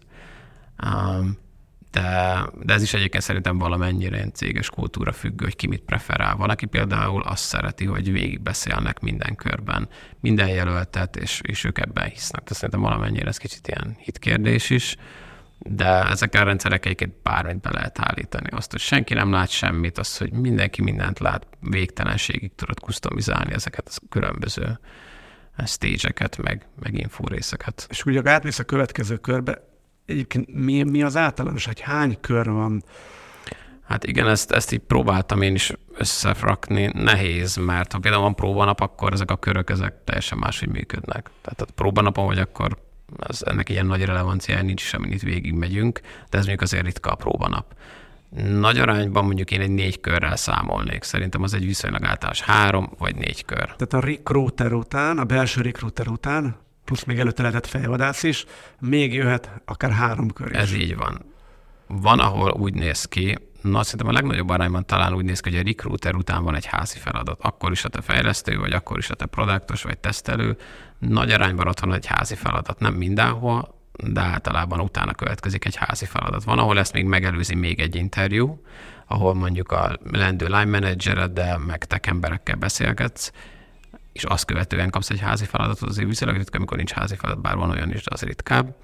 de, de ez is egyébként szerintem valamennyire ilyen céges kultúra függő, hogy ki mit preferál. Van, aki például azt szereti, hogy végigbeszélnek minden körben, minden jelöltet, és, és ők ebben hisznek. De szerintem valamennyire ez kicsit ilyen hitkérdés is, de ezek a rendszerek egyébként bármit be lehet állítani. Azt, hogy senki nem lát semmit, az, hogy mindenki mindent lát, végtelenségig tudod customizálni ezeket a különböző stage-eket, meg, meg infórészeket. És ugye átmész a következő körbe, egyébként mi, mi az általános, hogy hány kör van? Hát igen, ezt, ezt így próbáltam én is összefrakni. Nehéz, mert ha például van próbanap, akkor ezek a körök ezek teljesen máshogy működnek. Tehát a próbanapon vagy akkor ez, ennek ilyen nagy relevanciája nincs sem, itt végig megyünk, de ez mondjuk azért ritka a próbanap. Nagy arányban mondjuk én egy négy körrel számolnék. Szerintem az egy viszonylag általános három vagy négy kör. Tehát a recruiter után, a belső recruiter után, plusz még előtte lehetett fejvadász is, még jöhet akár három kör is. Ez így van. Van, ahol úgy néz ki, na szerintem a legnagyobb arányban talán úgy néz ki, hogy a recruiter után van egy házi feladat. Akkor is, ha te fejlesztő, vagy akkor is, ha te produktos, vagy tesztelő, nagy arányban ott van egy házi feladat. Nem mindenhol, de általában utána következik egy házi feladat. Van, ahol ezt még megelőzi még egy interjú, ahol mondjuk a lendő line managereddel, meg tech emberekkel beszélgetsz, és azt követően kapsz egy házi feladatot, azért viszonylag ritka, amikor nincs házi feladat, bár van olyan is, de az ritkább.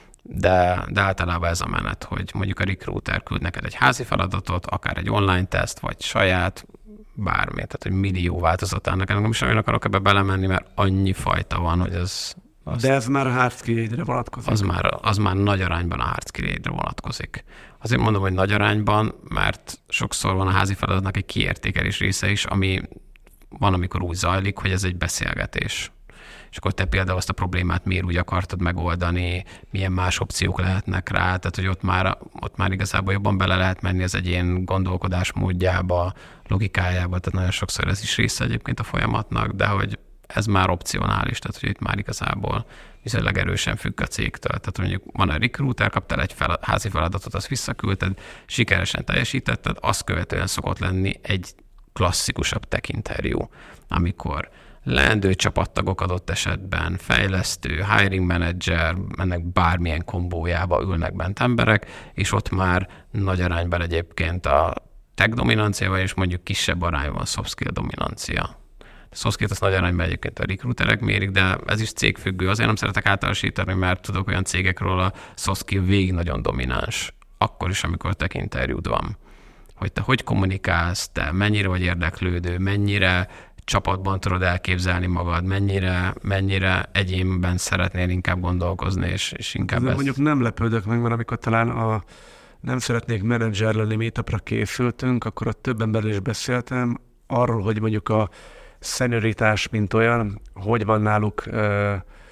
De, de általában ez a menet, hogy mondjuk a recruiter küld neked egy házi feladatot, akár egy online teszt, vagy saját, bármi, tehát egy millió változatának. Engem is nagyon akarok ebbe belemenni, mert annyi fajta van, hogy ez... Azt, de ez már a hard skill-re vonatkozik. Az már, az már nagy arányban a hard skill-re vonatkozik. Azért mondom, hogy nagy arányban, mert sokszor van a házi feladatnak egy kiértékelés része is, ami van, amikor úgy zajlik, hogy ez egy beszélgetés. És akkor te például azt a problémát miért úgy akartad megoldani, milyen más opciók lehetnek rá, tehát hogy ott már, ott már igazából jobban bele lehet menni az egyén gondolkodásmódjába, logikájába, tehát nagyon sokszor ez is része egyébként a folyamatnak, de hogy ez már opcionális, tehát hogy itt már igazából viszonylag erősen függ a cégtől. Tehát mondjuk van a recruiter, kaptál egy fel, házi feladatot, azt visszaküldted, sikeresen teljesítetted, azt követően szokott lenni egy klasszikusabb tech interjú, amikor leendő csapattagok adott esetben, fejlesztő, hiring manager, ennek bármilyen kombójába ülnek bent emberek, és ott már nagy arányban egyébként a tech dominancia, és mondjuk kisebb arányban a soft skill dominancia. A soft skill-t az nagy arányban egyébként a recruiterek mérik, de ez is cégfüggő. Azért nem szeretek általánosítani, mert tudok olyan cégekről, a soft skill végig nagyon domináns. Akkor is, amikor tech interjúd van. Hogy te hogy kommunikálsz, te mennyire vagy érdeklődő, mennyire csapatban tudod elképzelni magad, mennyire, mennyire egyénben szeretnél inkább gondolkozni, és, és inkább ez... ez... Mondjuk nem lepődök meg, mert amikor talán a nem szeretnék menedzser lenni meetupra készültünk, akkor ott több emberrel is beszéltem arról, hogy mondjuk a szenioritás, mint olyan, hogy van náluk uh,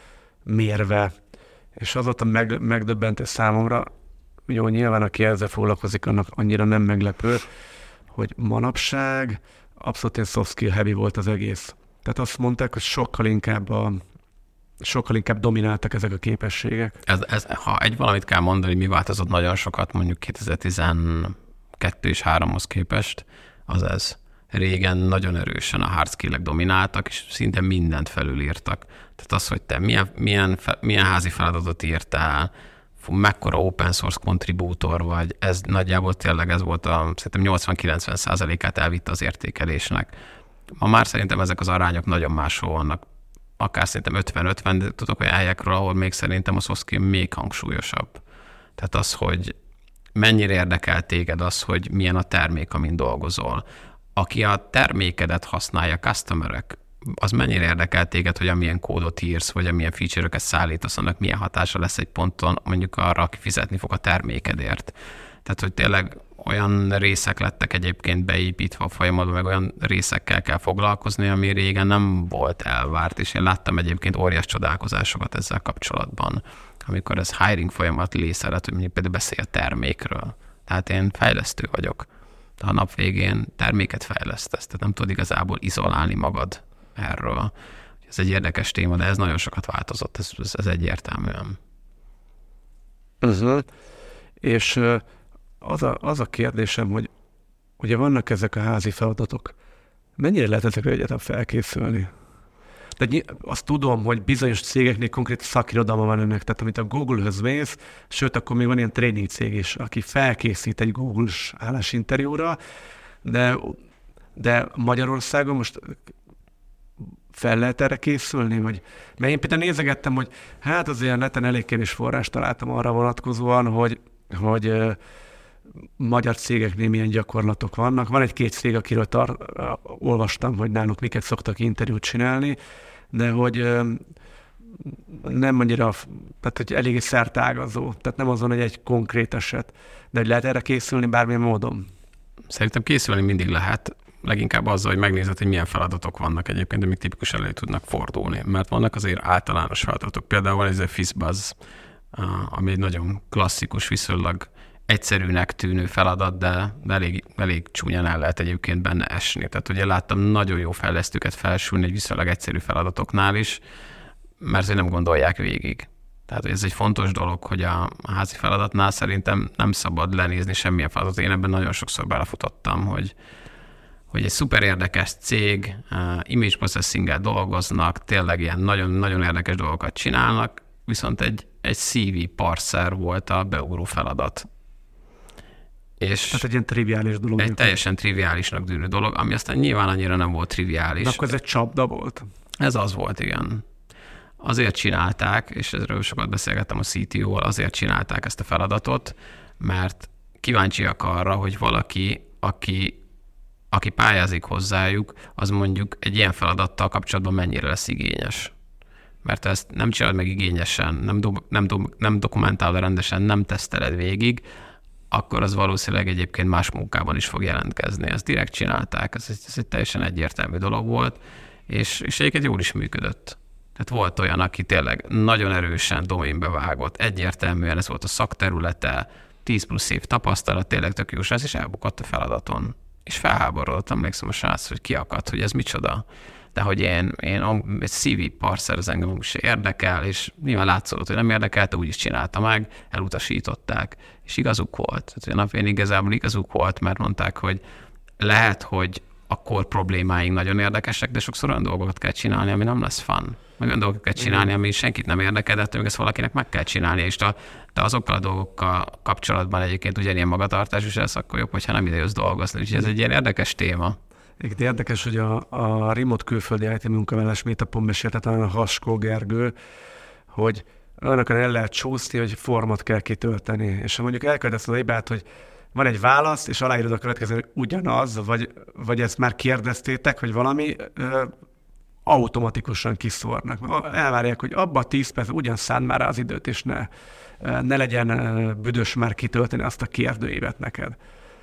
mérve. És az ott a meg, megdöbbentő számomra, jó, nyilván aki ezzel foglalkozik, annak annyira nem meglepő, hogy manapság abszolút egy soft skill heavy volt az egész. Tehát azt mondták, hogy sokkal inkább, a, sokkal inkább domináltak ezek a képességek. Ez, ez, ha egy valamit kell mondani, hogy mi változott nagyon sokat, mondjuk kétezer-tizenkettő és háromhoz képest, az ez. régen nagyon erősen a hard skill-ek domináltak, és szinte mindent felülírtak. Tehát az, hogy te milyen, milyen, milyen házi feladatot írtál, fú, mekkora open source contributor vagy, ez nagyjából tényleg ez volt a szerintem nyolcvan-kilencven százalékát elvitte az értékelésnek. Ma már szerintem ezek az arányok nagyon máshol vannak. Akár szerintem ötven-ötven, de tudok olyan helyekről, ahol még szerintem a soft skill még hangsúlyosabb. Tehát az, hogy mennyire érdekel téged az, hogy milyen a termék, amin dolgozol. Aki a termékedet használja, customerek, az mennyire érdekel téged, hogy amilyen kódot írsz, vagy amilyen feature-öket szállítasz, annak milyen hatása lesz egy ponton, mondjuk arra, aki fizetni fog a termékedért. Tehát, hogy tényleg olyan részek lettek egyébként beépítve a folyamatban, meg olyan részekkel kell foglalkozni, ami régen nem volt elvárt, és én láttam egyébként óriás csodálkozásokat ezzel kapcsolatban, amikor ez hiring folyamat lészedett, hogy mondjuk például beszélj a termékről. Tehát én fejlesztő vagyok. De a nap végén terméket fejlesztesz, tehát nem tudod igazából izolálni magad erről. Ez egy érdekes téma, de ez nagyon sokat változott, ez, ez egyértelműen. Uh-huh. És az a, az a kérdésem, hogy ugye vannak ezek a házi feladatok, mennyire lehet ezekre egyáltalán felkészülni? De azt tudom, hogy bizonyos cégeknél konkrét szakirodalma van ennek, tehát amit a Google-höz mész, sőt, akkor még van ilyen tréning cég is, aki felkészít egy Google-s állásinterjúra, de, de Magyarországon most fel lehet erre készülni? Vagy, mert én például nézegettem, hogy hát azért neten elég kevés forrást találtam arra vonatkozóan, hogy, hogy uh, magyar cégeknél milyen gyakorlatok vannak. Van egy-két cég, akiről tar- uh, olvastam, hogy náluk miket szoktak interjút csinálni, de hogy uh, nem annyira, tehát hogy eléggé szertágazó, tehát nem azon, hogy egy konkrét eset, de hogy lehet erre készülni bármilyen módon? Szerintem készülni mindig lehet, leginkább azzal, hogy megnézed, hogy milyen feladatok vannak egyébként, amik tipikusan elő tudnak fordulni. Mert vannak azért általános feladatok. Például van ez a FizzBuzz, ami egy nagyon klasszikus, viszonylag egyszerűnek tűnő feladat, de, de elég, elég csúnyán el lehet egyébként benne esni. Tehát ugye láttam nagyon jó fejlesztőket felsülni egy viszonylag egyszerű feladatoknál is, mert hogy nem gondolják végig. Tehát hogy ez egy fontos dolog, hogy a házi feladatnál szerintem nem szabad lenézni semmilyen feladatot. Én ebben nagyon sokszor belefutottam, hogy hogy egy szuper érdekes cég, uh, image processing-gel dolgoznak, tényleg ilyen nagyon-nagyon érdekes dolgokat csinálnak, viszont egy, egy cé vé parser volt a beugró feladat. És tehát egy ilyen triviális dolog. Egy teljesen triviálisnak tűnő dolog, ami aztán nyilván annyira nem volt triviális. De akkor ez egy csapda volt? Ez az volt, igen. Azért csinálták, és ezről sokat beszélgettem a cé té ó-val, azért csinálták ezt a feladatot, mert kíváncsiak arra, hogy valaki, aki aki pályázik hozzájuk, az mondjuk egy ilyen feladattal kapcsolatban mennyire lesz igényes. Mert ezt nem csinálod meg igényesen, nem, do, nem, do, nem dokumentálod rendesen, nem teszteled végig, akkor az valószínűleg egyébként más munkában is fog jelentkezni. Ezt direkt csinálták, ez egy, ez egy teljesen egyértelmű dolog volt, és, és egyébként jól is működött. Tehát volt olyan, aki tényleg nagyon erősen doménbe vágott, egyértelműen ez volt a szakterülete, tíz plusz év tapasztalat, tényleg tök jó srác, és elbukott a feladaton. És felháborodott, emlékszem a srác, hogy kiakadt, hogy ez micsoda. De hogy én, én egy cé vé parser az engem is érdekel, és nyilván látszott, hogy nem érdekelte, úgyis csinálta meg, elutasították, és igazuk volt. Tehát a napján igazából igazuk volt, mert mondták, hogy lehet, hogy a core problémáink nagyon érdekesek, de sokszor olyan dolgokat kell csinálni, ami nem lesz fun. Meg olyan dolgokat kell csinálni, ami senkit nem érdekel, de ettől ezt valakinek meg kell csinálni, és te, te azokkal a dolgokkal kapcsolatban egyébként ugyanilyen magatartás is lesz, akkor jobb, hogyha nem ide jössz dolgozni. Úgyhogy ez egy ilyen érdekes téma. Egyébként érdekes, hogy a, a remote külföldi i té munkavállalás meetupon mesélte talán a Haskó Gergő, hogy annak el lehet csúszni, hogy formát kell kitölteni. És ha mondjuk elkövetesz az hibát, hogy van egy válasz, és aláírod a következő, hogy ugyanaz, vagy, vagy ezt már kérdeztétek, hogy valami ö, automatikusan kiszórnak. Elvárják, hogy abba a tíz perc ugyan szánd már az időt, és ne, ne legyen büdös már kitölteni azt a kérdőívet neked.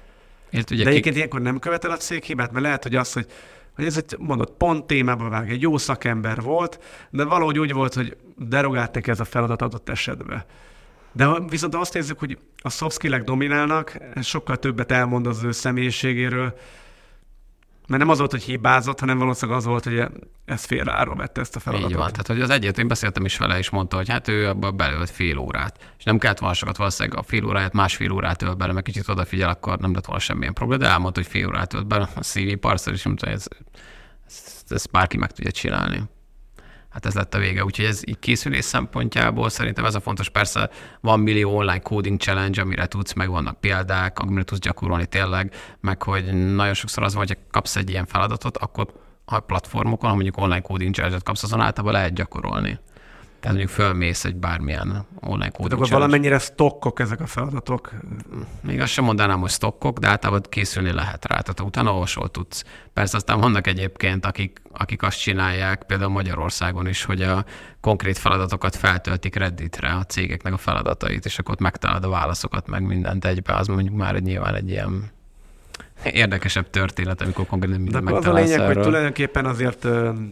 Ért, ugye De egyébként ki... ilyenkor nem követel a cég hibát, mert lehet, hogy az, hogy, hogy ez egy mondott pont témába vág, egy jó szakember volt, de valahogy úgy volt, hogy derogált neki ez a feladat adott esetben. De viszont azt nézzük, hogy a soft skill-ek dominálnak, sokkal többet elmond az ő személyiségéről, Mert nem az volt, hogy hibázott, hanem valószínűleg az volt, hogy ez félreáról vette ezt a feladatot. Így van. Tehát, hogy az egyet, én beszéltem is vele, és mondta, hogy hát ő abba belőtt fél órát. És nem kellett volna sokat, valószínűleg a fél óráját, másfél órát ölt bele, meg kicsit odafigyel, akkor nem lett volna semmilyen probléma, de elmondta, hogy fél órát ölt bele a cé vé parszor, és mondta, hogy ez, ez, ez bárki meg tudja csinálni. Hát ez lett a vége. Úgyhogy ez így készülés szempontjából szerintem ez a fontos. Persze van millió online coding challenge, amire tudsz, meg vannak példák, amire tudsz gyakorolni tényleg, meg hogy nagyon sokszor az van, hogy kapsz egy ilyen feladatot, akkor a platformokon, ha mondjuk online coding challenge-et kapsz, azon általában lehet gyakorolni. Tehát mondjuk fölmész egy bármilyen online coding challenge. Akkor valamennyire stockok ezek a feladatok? Még azt sem mondanám, hogy stockok, de általában készülni lehet rá. Tehát utána olvasol tudsz. Persze aztán vannak egyébként, akik, akik azt csinálják, például Magyarországon is, hogy a konkrét feladatokat feltöltik Redditre, a cégeknek a feladatait, és akkor ott megtalálod a válaszokat, meg mindent egybe. Az mondjuk már egy, nyilván egy ilyen érdekesebb történet, amikor konkrétan mindent megtalálsz. Az a lényeg, erről. Hogy tulajdonképpen azért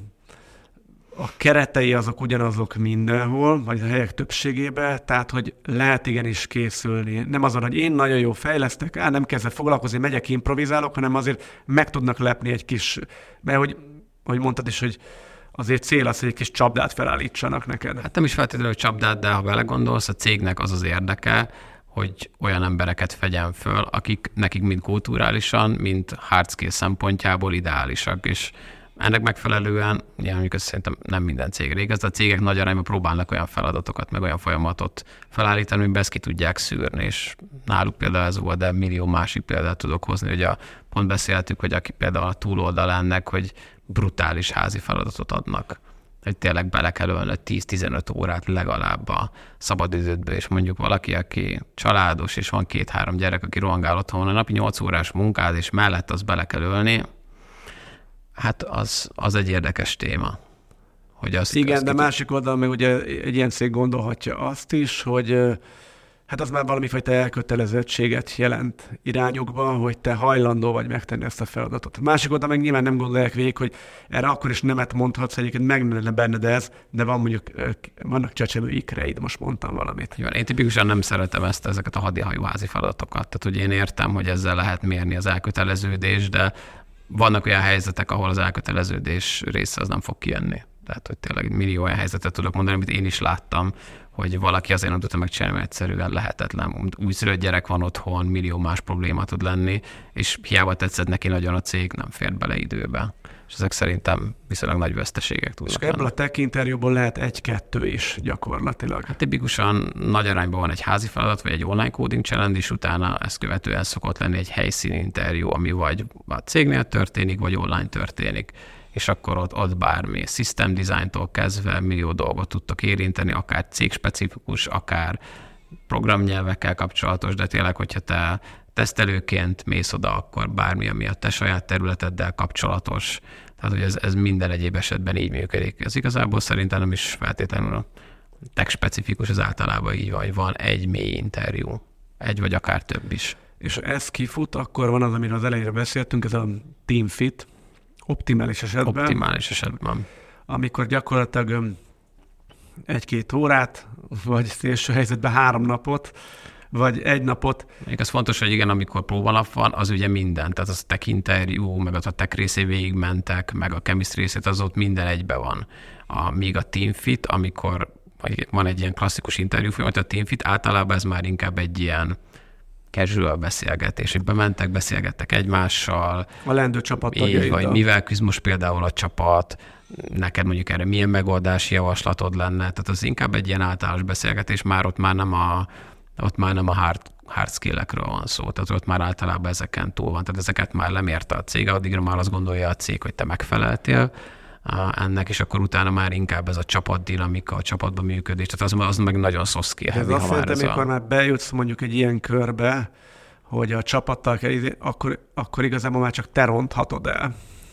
a keretei azok ugyanazok mindenhol, vagy a helyek többségében, tehát, hogy lehet igenis készülni. Nem azon, hogy én nagyon jó fejlesztek, á, nem kezdve foglalkozni, megyek, improvizálok, hanem azért meg tudnak lepni egy kis, mert hogy, hogy mondtad is, hogy azért cél az, hogy egy kis csapdát felállítsanak neked. Hát nem is feltétlenül csapdát, de ha belegondolsz, a cégnek az az érdeke, hogy olyan embereket vegyen föl, akik nekik mind kulturálisan, mind hard skill szempontjából ideálisak, és ennek megfelelően, ugye, mondjuk ezt szerintem nem minden cég igaz, de a cégek nagy arányban próbálnak olyan feladatokat, meg olyan folyamatot felállítani, amiben ezt ki tudják szűrni, és náluk például ez volt, de millió másik példát tudok hozni, hogy a, pont beszéltük, hogy aki például a túloldal ennek, hogy brutális házi feladatot adnak, hogy tényleg bele kell ölni tíz-tizenöt órát legalább a szabadidődből, és mondjuk valaki, aki családos, és van két-három gyerek, aki rohangál otthon, a napi nyolc órás munkád, és mellett az bele kell ölni, hát az, az egy érdekes téma. Hogy azt, igen, azt de másik oldalon meg ugye egy ilyen cég gondolhatja azt is, hogy hát az már valamifajta elkötelezettséget jelent irányukba, hogy te hajlandó vagy megtenni ezt a feladatot. Másik oldalon meg nyilván nem gondolják végig, hogy erre akkor is nemet mondhatsz, egyébként meg lenne benned ez, de van mondjuk, vannak csecsemő ikreid, most mondtam valamit. Jó, én tipikusan nem szeretem ezt, ezeket a hadihajóházi feladatokat. Tehát, hogy én értem, hogy ezzel lehet mérni az elköteleződés, de vannak olyan helyzetek, ahol az elköteleződés része az nem fog kijönni. Tehát, hogy tényleg millió olyan helyzetet tudok mondani, amit én is láttam, hogy valaki azért nem tudta megcsinálni, mert egyszerűen lehetetlen. Újszülött gyerek van otthon, millió más probléma tud lenni, és hiába tetszett neki nagyon a cég, nem fért bele időbe. És ezek szerintem viszonylag nagy veszteségek tudnak lenni. És ebből a tech interjúból lehet egy-kettő is gyakorlatilag. Hát tipikusan nagy arányban van egy házi feladat, vagy egy online coding challenge, és utána ezt követően szokott lenni egy helyszíni interjú, ami vagy a cégnél történik, vagy online történik. És akkor ott, ott bármi, system designtól kezdve millió dolgot tudtok érinteni, akár cégspecifikus, akár programnyelvekkel kapcsolatos, de tényleg, hogyha te tesztelőként mész oda, akkor bármi, ami a te saját területeddel kapcsolatos. Tehát, hogy ez, ez minden egyéb esetben így működik. Ez igazából szerintem nem is feltétlenül tech-specifikus, az általában így van, hogy van egy mély interjú, egy vagy akár több is. És ha ez kifut, akkor van az, amiről az elejére beszéltünk, ez a team fit, optimális esetben. Optimális esetben. Amikor gyakorlatilag egy-két órát, vagy szélső helyzetben három napot, vagy egy napot. Még ez fontos, hogy igen, amikor próbanap van, az ugye minden. Tehát az a tech interjú, meg a tech részé végigmentek, meg a chemistry részét, az ott minden egybe van. A, míg a team fit, amikor van egy ilyen klasszikus interjú folyamat, a team fit, általában ez már inkább egy ilyen casual beszélgetés, hogy bementek, beszélgettek egymással. A leendő csapat tagjaiddal. Vagy mivel küzd most például a csapat, neked mondjuk erre milyen megoldási javaslatod lenne, tehát az inkább egy ilyen általános beszélgetés, már ott már nem a, ott már nem a hard, hard skill-ekről van szó, tehát ott már általában ezeken túl van, tehát ezeket már lemérte a cég, addigra már azt gondolja a cég, hogy te megfeleltél ennek, és akkor utána már inkább ez a csapatdinamika, a csapatban működés, tehát az, az meg nagyon soft skill. Ez azt jelenti, amikor a... már bejutsz mondjuk egy ilyen körbe, hogy a csapattal kell, akkor, akkor igazából már csak te ronthatod el.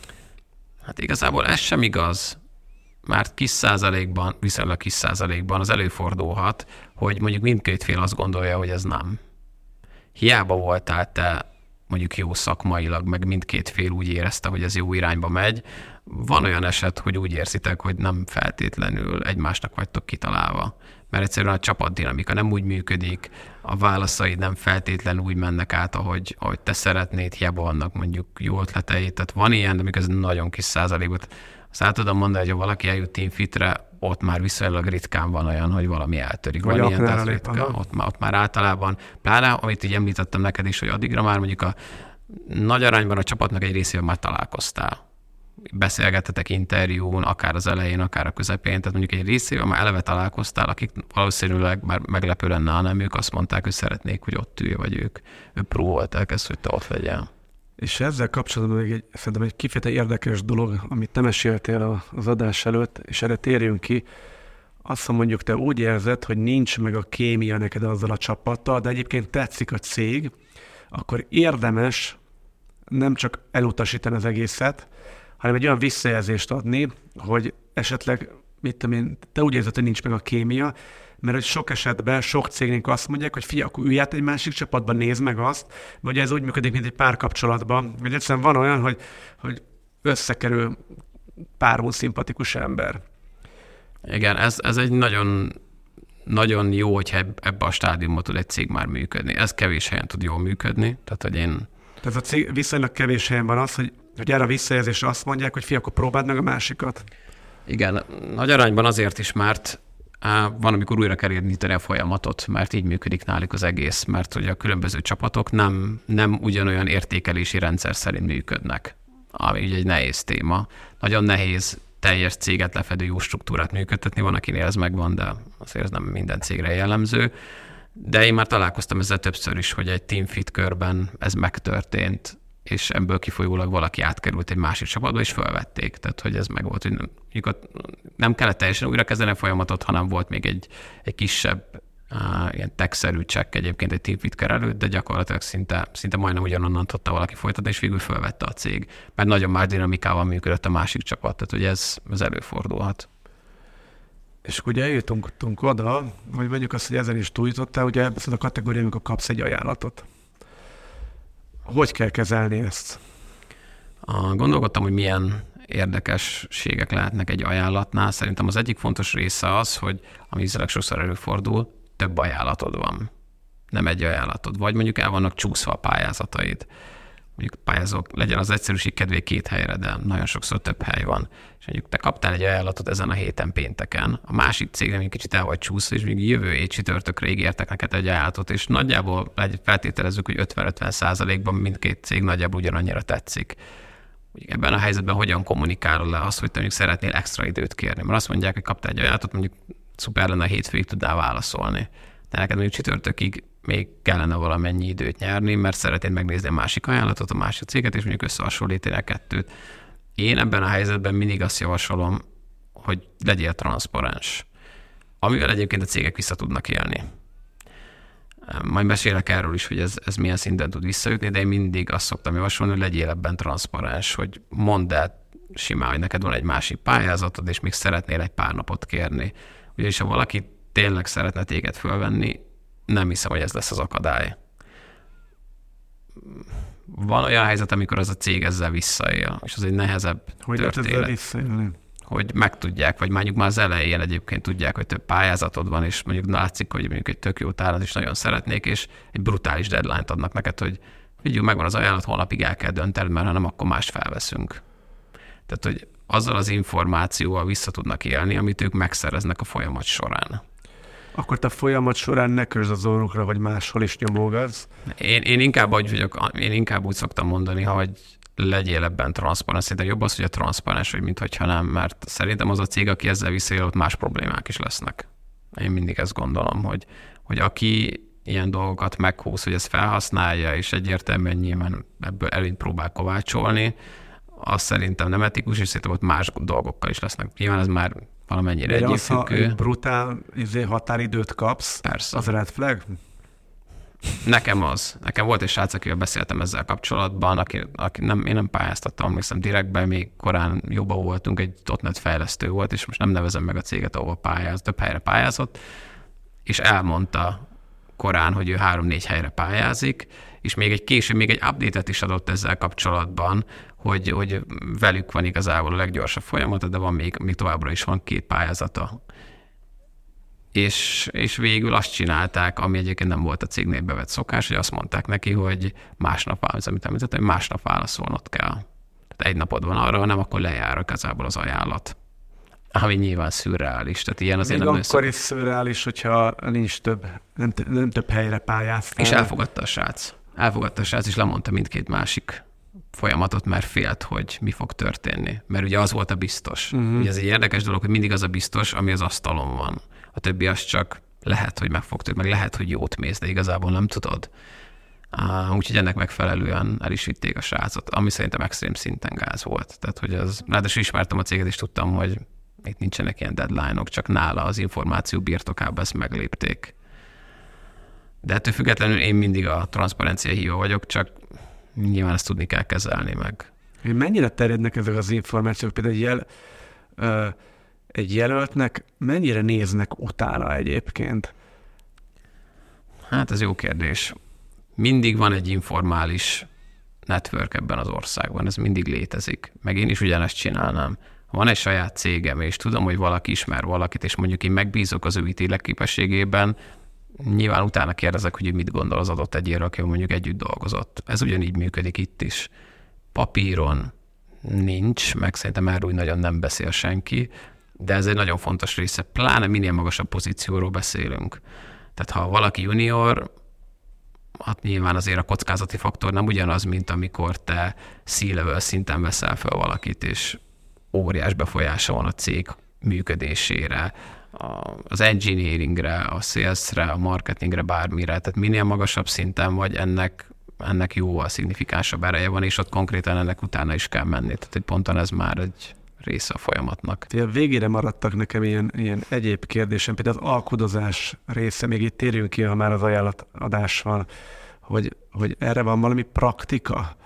Hát igazából ez sem igaz, már kis százalékban, viszonylag kis százalékban az előfordulhat, hogy mondjuk mindkét fél azt gondolja, hogy ez nem. Hiába voltál te mondjuk jó szakmailag, meg mindkét fél úgy érezte, hogy ez jó irányba megy. Van olyan eset, hogy úgy érzitek, hogy nem feltétlenül egymásnak vagytok kitalálva, mert egyszerűen a csapatdinamika nem úgy működik, a válaszaid nem feltétlenül úgy mennek át, ahogy, ahogy te szeretnéd, hiába vannak mondjuk jó ötleteid. Tehát van ilyen, de még ez nagyon kis százalékot. Azt el tudom mondani, hogy ha valaki eljut Teamfitre, ott már viszonylag ritkán van olyan, hogy valami eltörik. Vagy van ilyen, tehát ritka, ott, már, ott már általában, pláne, amit így említettem neked is, hogy addigra már mondjuk a nagy arányban a csapatnak egy részével már találkoztál. Beszélgettetek interjún, akár az elején, akár a közepén, tehát mondjuk egy részével már eleve találkoztál, akik valószínűleg már meglepő lenne, ha nem ők azt mondták, hogy szeretnék, hogy ott ülj, vagy ők, ők próvolták ezt, hogy te ott legyél. És ezzel kapcsolatban még egy, szerintem egy kifejezetten érdekes dolog, amit te meséltél az adás előtt, és erre térjünk ki. Azt mondjuk, te úgy érzed, hogy nincs meg a kémia neked azzal a csapattal, de egyébként tetszik a cég, akkor érdemes nem csak elutasítani az egészet, hanem egy olyan visszajelzést adni, hogy esetleg, mit tudom én, te úgy érzed, hogy nincs meg a kémia, mert hogy sok esetben sok cégnek azt mondják, hogy figyelj, akkor ülj át egy másik csapatban, nézd meg azt, vagy ez úgy működik, mint egy párkapcsolatban, hogy egyszerűen van olyan, hogy, hogy összekerül párhol szimpatikus ember. Igen, ez, ez egy nagyon, nagyon jó, hogyha ebbe a stádiumban tud egy cég már működni. Ez kevés helyen tud jól működni. Tehát, hogy én... Tehát a cég viszonylag kevés helyen van az, hogy, hogy erre a visszajelzésre azt mondják, hogy figyelj, akkor próbáld meg a másikat. Igen, nagy arányban azért is, mert van, amikor újra kell indítani a folyamatot, mert így működik náluk az egész, mert hogy a különböző csapatok nem, nem ugyanolyan értékelési rendszer szerint működnek, ami így egy nehéz téma. Nagyon nehéz teljes céget lefedő jó struktúrát működtetni, van, akinél ez megvan, de azért ez nem minden cégre jellemző. De én már találkoztam ezzel többször is, hogy egy Teamfit körben ez megtörtént, és ebből kifolyólag valaki átkerült egy másik csapatba, és felvették. Tehát, hogy ez meg volt, hogy nem, nem kellett teljesen újra kezdeni a folyamatot, hanem volt még egy, egy kisebb uh, ilyen tech-szerű csekk egyébként egy Teamfit előtt, de gyakorlatilag szinte, szinte majdnem ugyanonnan tudta valaki folytatni, és végül felvette a cég. Mert nagyon más dinamikával működött a másik csapat, tehát hogy ez, ez előfordulhat. És ugye eljutunk oda, hogy mondjuk azt, hogy ezen is túljutottál, ugye ebben a kategóriában, amikor kapsz egy ajánlatot. Hogy kell kezelni ezt? Gondolkodtam, hogy milyen érdekességek lehetnek egy ajánlatnál. Szerintem az egyik fontos része az, hogy ami viszonylag sokszor előfordul, több ajánlatod van. Nem egy ajánlatod. Vagy mondjuk el vannak csúszva a pályázataid. Mondjuk pályázók, legyen az egyszerűség kedvé két helyre, de nagyon sokszor több hely van. És mondjuk te kaptál egy ajánlatot ezen a héten pénteken, a másik cégre még kicsit el vagy csúszva, és még jövő hét csütörtökre ígértek neked egy ajánlatot, és nagyjából feltételezzük, hogy ötven-ötven százalékban mindkét cég nagyjából ugyanannyira tetszik. Ebben a helyzetben hogyan kommunikálod le azt, hogy te mondjuk szeretnél extra időt kérni? Mert azt mondják, hogy kaptál egy ajánlatot, mondjuk szuper lenne, a hétfőig tudnál válaszolni. De neked mondjuk csütörtökig még kellene valamennyi időt nyerni, mert szeretnéd megnézni a másik ajánlatot, a másik céget, és mondjuk összehasonlítani a kettőt. Én ebben a helyzetben mindig azt javasolom, hogy legyél transzparens, amivel egyébként a cégek vissza tudnak élni. Majd mesélek erről is, hogy ez, ez milyen szinten tud visszajutni, de én mindig azt szoktam javasolni, hogy legyél ebben transzparens, hogy mondd el simán, hogy neked van egy másik pályázatod, és még szeretnél egy pár napot kérni. Ugyanis ha valaki tényleg szeretne téged fölvenni, nem hiszem, hogy ez lesz az akadály. Van olyan helyzet, amikor az a cég ezzel visszaél, és az egy nehezebb hogy történet. Hogy visszaélni? Hogy megtudják, vagy mondjuk már az elején egyébként tudják, hogy több pályázatod van, és mondjuk látszik, hogy mondjuk egy tök jó találat is nagyon szeretnék, és egy brutális deadline-t adnak neked, hogy figyelj, megvan az ajánlat, holnapig el kell döntened, mert ha nem, akkor mást felveszünk. Tehát, hogy azzal az információval vissza tudnak élni, amit ők megszereznek a folyamat során. Akkor te a folyamat során ne közd az orrukra, vagy máshol is nyomogatsz? Én, én, inkább, hogy vagyok, én inkább úgy szoktam mondani, hogy legyél ebben transzparens. Szerintem jobb az, hogy a transzparens vagy, mint hogyha nem, mert szerintem az a cég, aki ezzel visszaél, ott más problémák is lesznek. Én mindig ezt gondolom, hogy, hogy aki ilyen dolgokat meghúz, hogy ezt felhasználja, és egyértelműen nyilván ebből előnyt próbál kovácsolni, az szerintem nem etikus, és szerintem ott más dolgokkal is lesznek. Nyilván ez már valamennyire egyébfüggő. Ha brutál határidőt kapsz, persze. Az red flag? Nekem az. Nekem volt egy srác, akivel beszéltem ezzel kapcsolatban, aki, aki nem, én nem pályáztattam, emlékszem direktben, még korán jobban voltunk, egy dot net fejlesztő volt, és most nem nevezem meg a céget, ahol pályáz, több helyre pályázott, és elmondta korán, hogy ő három-négy helyre pályázik, és még egy később, még egy update-et is adott ezzel kapcsolatban, hogy, hogy velük van igazából a leggyorsabb folyamat, de van még, még továbbra is van két pályázata. És, és végül azt csinálták, ami egyébként nem volt a cégnél bevett szokás, hogy azt mondták neki, hogy másnap, az, amit említettem, hogy másnap válaszolnod kell. Tehát egy napod van arra, nem akkor lejár igazából az ajánlat. Ami nyilván szürreális. Tehát ilyen azért még nem akkor is szürreális, hogyha nincs több, nem, nem több helyre pályáztál. És elfogadta a srác. Elfogadta a srác, és lemondta mindkét másik folyamatot, mert félt, hogy mi fog történni. Mert ugye az volt a biztos. Uh-huh. Ugye ez egy érdekes dolog, hogy mindig az a biztos, ami az asztalon van. A többi az csak lehet, hogy meg fog történni, meg lehet, hogy jót mész, de igazából nem tudod. Uh, úgyhogy ennek megfelelően el is vitték a srácot, ami szerintem extrém szinten gáz volt. Tehát, hogy az, ráadásul ismertem a céget, és tudtam, hogy itt nincsenek ilyen deadline-ok, csak nála az információ birtokában ezt meglépték. De ettől függetlenül én mindig a transzparencia hívó vagyok, csak nyilván ezt tudni kell kezelni meg. Mennyire terjednek ezek az információk? Például egy, jel, ö, egy jelöltnek mennyire néznek utána egyébként? Hát ez jó kérdés. Mindig van egy informális network ebben az országban, ez mindig létezik. Meg én is ugyanezt csinálnám. Van egy saját cégem, és tudom, hogy valaki ismer valakit, és mondjuk én megbízok az ő ítélőképességében, nyilván utána kérdezek, hogy mit gondol az adott egyéről, aki mondjuk együtt dolgozott. Ez ugyanígy működik itt is. Papíron nincs, meg szerintem erről úgy nagyon nem beszél senki, de ez egy nagyon fontos része, pláne minél magasabb pozícióról beszélünk. Tehát ha valaki junior, hát nyilván azért a kockázati faktor nem ugyanaz, mint amikor te C-level szinten veszel fel valakit, és óriás befolyása van a cég működésére, az engineeringre, a salesre, a marketingre, bármire. Tehát minél magasabb szinten vagy, ennek, ennek jóval szignifikánsabb ereje van, és ott konkrétan ennek utána is kell menni. Tehát egy ponton ez már egy része a folyamatnak. A végére maradtak nekem ilyen, ilyen egyéb kérdésem, például az alkudozás része, még itt térjünk ki, ha már az ajánlatadás van, hogy, hogy erre van valami praktika?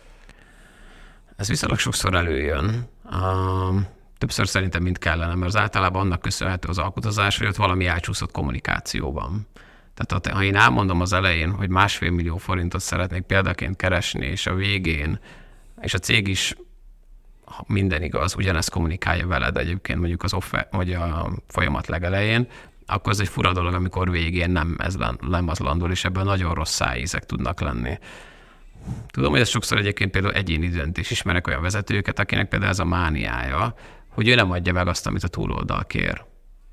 Ez viszonylag sokszor előjön. Um, többször szerintem mind kellene, mert az általában annak köszönhető az alkudozás, hogy ott valami elcsúszott kommunikációban. Tehát ha én elmondom az elején, hogy másfél millió forintot szeretnék példaként keresni, és a végén, és a cég is, ha minden igaz, ugyanezt kommunikálja veled egyébként mondjuk az offer, vagy a folyamat legelején, akkor ez egy fura dolog, amikor végén nem, ez nem az landol, és ebben nagyon rossz szájízek tudnak lenni. Tudom, hogy ez sokszor egyébként például egyéni döntés. Ismerek olyan vezetőket, akinek például ez a mániája, hogy ő nem adja meg azt, amit a túloldal kér.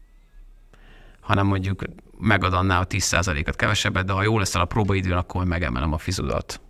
Hanem mondjuk megad annál a tíz százalékot kevesebbet, de ha jó leszel a próbaidőn, akkor megemelem a fizudat.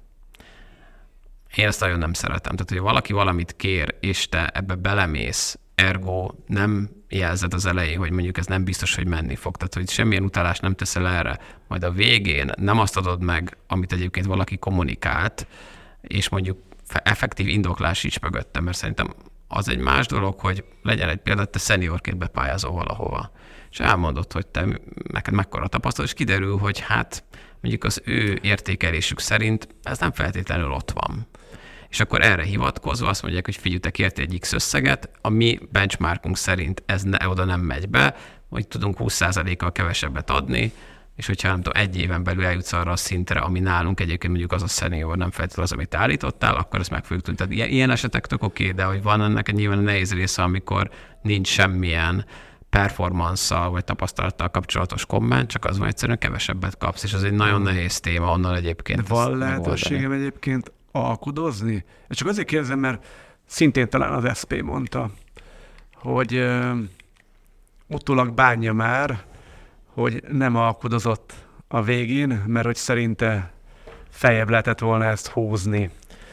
Én ezt nagyon nem szeretem. Tehát, hogy valaki valamit kér, és te ebbe belemész, ergo nem jelzed az elején, hogy mondjuk ez nem biztos, hogy menni fog. Tehát, hogy semmilyen utalást nem teszel erre, majd a végén nem azt adod meg, amit egyébként valaki kommunikált, és mondjuk effektív indoklás is mögötte, mert szerintem az egy más dolog, hogy legyen egy például, te szeniorként bepályázol valahova, és elmondod, hogy te neked mekkora tapasztalat, és kiderül, hogy hát mondjuk az ő értékelésük szerint ez nem feltétlenül ott van. És akkor erre hivatkozva azt mondják, hogy figyelj, te kértél egy X összeget, a mi benchmarkunk szerint ez ne, oda nem megy be, hogy tudunk húsz százalékkal kevesebbet adni, és hogyha nem tudom, egy éven belül eljutsz arra a szintre, ami nálunk egyébként mondjuk az a senior, nem feltétlenül az, amit állítottál, akkor ezt meg fogjuk tudni. Tehát ilyen, ilyen esetek tök oké, okay, de hogy van ennek egy nyilván nehéz része, amikor nincs semmilyen performanszal vagy tapasztalattal kapcsolatos komment, csak az van, egyszerűen kevesebbet kapsz, és ez egy nagyon nehéz téma onnan egyébként. De van lehetőségem egyébként alkudozni? Csak azért kérdezem, mert szintén talán az es pé mondta, hogy uh, utólag bánja már, hogy nem alkudozott a végén, mert hogy szerinte feljebb lehetett volna ezt húzni.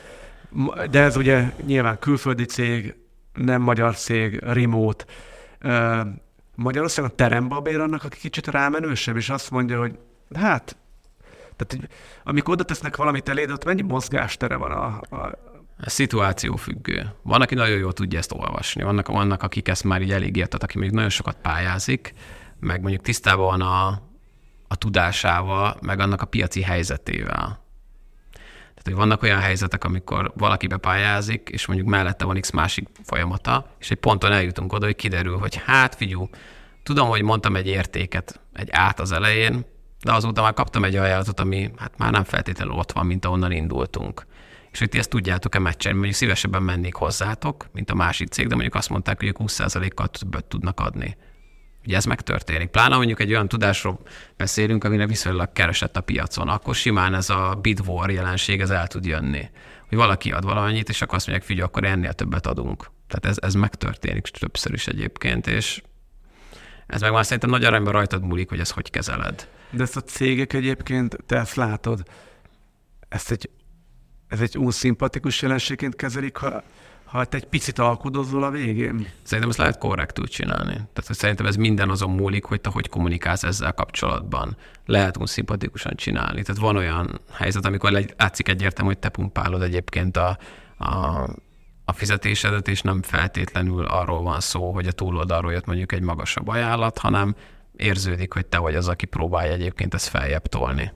De ez ugye nyilván külföldi cég, nem magyar cég, remote. Uh, Magyarországon terembabér annak, aki kicsit rámenősebb, és azt mondja, hogy hát, tehát, amikor oda tesznek valamit eléd, ott mennyi mozgástere van a... a... Ez szituáció függő. Van, aki nagyon jól tudja ezt olvasni. Vannak, vannak akik ezt már így elég értet, aki még nagyon sokat pályázik, meg mondjuk tisztában van a, a tudásával, meg annak a piaci helyzetével. Tehát, hogy vannak olyan helyzetek, amikor valaki bepályázik, és mondjuk mellette van X másik folyamata, és egy ponton eljutunk oda, hogy kiderül, hogy hát figyelj, tudom, hogy mondtam egy értéket, egy át az elején, de azóta már kaptam egy ajánlatot, ami hát már nem feltétlenül ott van, mint ahonnan indultunk. És hogy ti ezt tudjátok-e meccselni, mondjuk szívesebben mennék hozzátok, mint a másik cég, de mondjuk azt mondták, hogy ők húsz százalékkal többet tudnak adni. Ugye ez megtörténik. Pláne mondjuk egy olyan tudásról beszélünk, amire viszonylag keresett a piacon, akkor simán ez a bid war jelenség ez el tud jönni. Hogy valaki ad valamit, és akkor azt mondják, figyelj, akkor ennél többet adunk. Tehát ez, ez megtörténik többször is egyébként, és ez meg már szerintem nagy arányban rajtad múlik, hogy ezt hogy kezeled. De ezt a cégek egyébként, te ezt látod, ezt egy, ez egy unszimpatikus jelenségként kezelik, ha, ha te egy picit alkudozol a végén? Szerintem ezt lehet korrektül csinálni. Tehát hogy szerintem ez minden azon múlik, hogy te hogy kommunikálsz ezzel kapcsolatban. Lehet unszimpatikusan csinálni. Tehát van olyan helyzet, amikor látszik egyértelmű, hogy te pumpálod egyébként a, a a fizetésedet, és nem feltétlenül arról van szó, hogy a túloldalról jött mondjuk egy magasabb ajánlat, hanem érződik, hogy te vagy az, aki próbálja egyébként ezt feljebb tolni.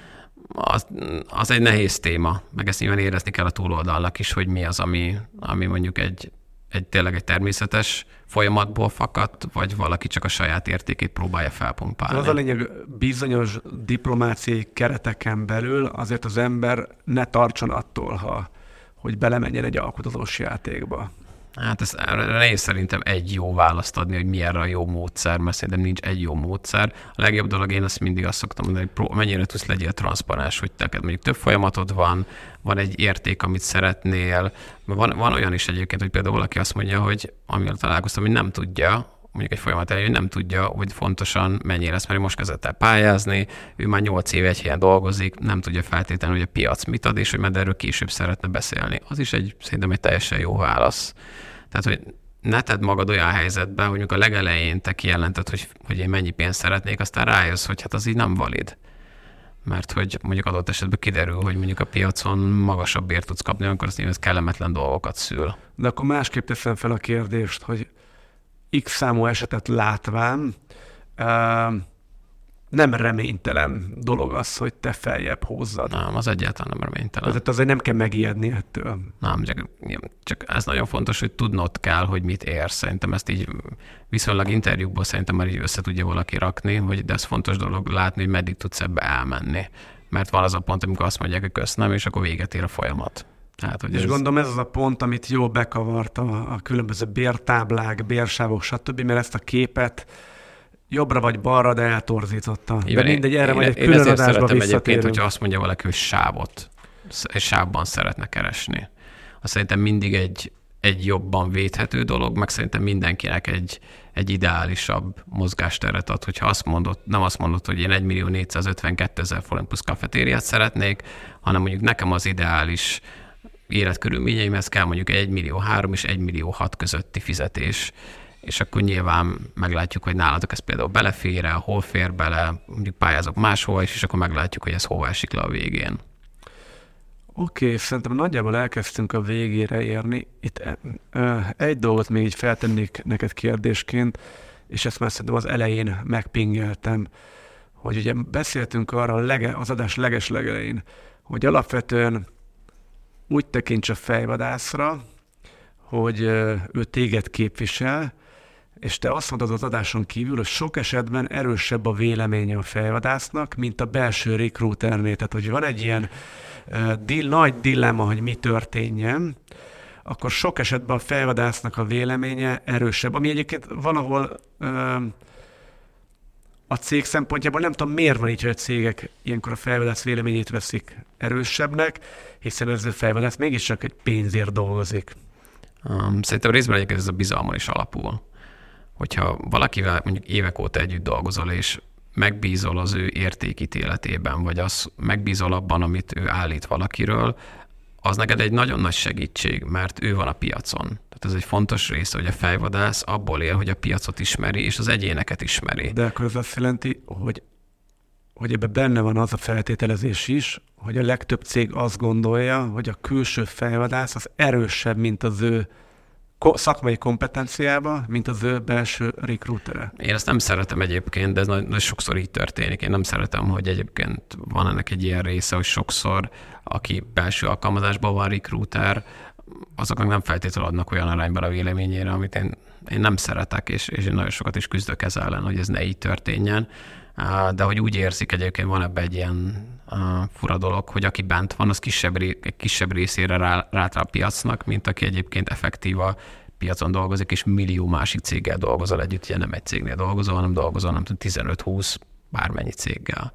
Az, az egy nehéz téma, meg ezt nyilván érezni kell a túloldalnak is, hogy mi az, ami, ami mondjuk egy, egy tényleg egy természetes folyamatból fakadt, vagy valaki csak a saját értékét próbálja felpumpálni. Az a lényeg, bizonyos diplomáciai kereteken belül azért az ember ne tartson attól, ha hogy belemenjen egy alkotozós játékba. Hát ez nehéz szerintem egy jó választ adni, hogy mi erre a jó módszer, mert szerintem nincs egy jó módszer. A legjobb dolog, én azt mindig azt szoktam mondani, hogy mennyire tudsz legyél transzparens, hogy neked mondjuk több folyamatod van, van egy érték, amit szeretnél. Van, van olyan is egyébként, hogy például valaki azt mondja, hogy amivel találkoztam, hogy nem tudja, mondjuk egy folyamat elején nem tudja, hogy fontosan mennyire lesz, mert ő most kezdett el pályázni, ő már nyolc éve egy helyen dolgozik, nem tudja feltétlenül, hogy a piac mit ad, és hogy majd erről később szeretne beszélni. Az is egy, szerintem egy teljesen jó válasz. Tehát, hogy ne tedd magad olyan helyzetbe, hogy mondjuk a legelején te kijelented, hogy, hogy én mennyi pénzt szeretnék, aztán rájössz, hogy hát az így nem valid. Mert hogy mondjuk adott esetben kiderül, hogy mondjuk a piacon magasabb bért tudsz kapni, akkor az nyilván kellemetlen dolgokat szül. De akkor másképp teszem fel a kérdést, hogy X számú esetet látván uh, nem reménytelen dolog az, hogy te feljebb hozzad. Nem, az egyáltalán nem reménytelen. Tehát azért nem kell megijedni ettől. Nem, csak, csak ez nagyon fontos, hogy tudnod kell, hogy mit érsz. Szerintem ezt így viszonylag interjúkból szerintem már így össze tudja valaki rakni, hogy de ez fontos dolog látni, hogy meddig tudsz ebbe elmenni. Mert van az a pont, amikor azt mondják, hogy köszönöm, és akkor véget ér a folyamat. Hát, hogy és ez... gondolom ez az a pont, amit jól bekavart a, a különböző bértáblák, bérsávok, stb., mert ezt a képet jobbra vagy balra, de eltorzította. Igen, de mindegy, erre én, majd egy én külön ezért adásba szeretem visszatérünk. egyébként, hogyha azt mondja valaki, hogy sávot, egy sávban szeretne keresni. Azt szerintem mindig egy, egy jobban védhető dolog, meg szerintem mindenkinek egy, egy ideálisabb mozgásteret ad, hogyha azt mondod, nem azt mondod, hogy én egymillió négyszázötvenkétezer forint plusz kafetériát szeretnék, hanem mondjuk nekem az ideális életkörülményeimhez kell mondjuk egy millió három és egy millió hat közötti fizetés, és akkor nyilván meglátjuk, hogy nálatok ez például belefér-e, hol fér bele, mondjuk pályázok máshova is, és akkor meglátjuk, hogy ez hova esik le a végén. Oké, okay, szerintem nagyjából elkezdtünk a végére érni. Itt egy dolgot még így feltennék neked kérdésként, és ezt már szerintem az elején megpingeltem, hogy ugye beszéltünk arra a lege, az adás leges-legelején, hogy alapvetően úgy tekints a fejvadászra, hogy ő téged képvisel, és te azt mondod az adáson kívül, hogy sok esetben erősebb a véleménye a fejvadásznak, mint a belső recruiternél. Tehát, hogy van egy ilyen uh, dill, nagy dilemma, hogy mi történjen, akkor sok esetben a fejvadásznak a véleménye erősebb, ami egyébként valahol uh, a cég szempontjából nem tudom, miért van így, hogy a cégek ilyenkor a fejvadász véleményét veszik erősebbnek, hiszen ez a fejvadász mégiscsak egy pénzért dolgozik. Um, szerintem részben egyébként ez a bizalmon is alapul. Hogyha valakivel mondjuk évek óta együtt dolgozol, és megbízol az ő értékítéletében, vagy az megbízol abban, amit ő állít valakiről, az neked egy nagyon nagy segítség, mert ő van a piacon. Tehát ez egy fontos része, hogy a fejvadász abból él, hogy a piacot ismeri, és az egyéneket ismeri. De akkor ez azt jelenti, hogy, hogy ebben benne van az a feltételezés is, hogy a legtöbb cég azt gondolja, hogy a külső fejvadász az erősebb, mint az ő szakmai kompetenciába, mint az ő belső recruitere. Én ezt nem szeretem egyébként, de ez nagyon sokszor így történik. Én nem szeretem, hogy egyébként van ennek egy ilyen része, hogy sokszor, aki belső alkalmazásban van recruiter, azoknak nem feltétlenül adnak olyan arányban a véleményére, amit én, én nem szeretek, és, és én nagyon sokat is küzdök ez ellen, hogy ez ne így történjen. de hogy úgy érzik egyébként, van ebben egy ilyen fura dolog, hogy aki bent van, az kisebb, egy kisebb részére rá, rátál a piacnak, mint aki egyébként effektív a piacon dolgozik, és millió másik céggel dolgozol együtt, ugye nem egy cégnél dolgozol, hanem dolgozol, nem tudom, tizenöt-húsz bármennyi céggel.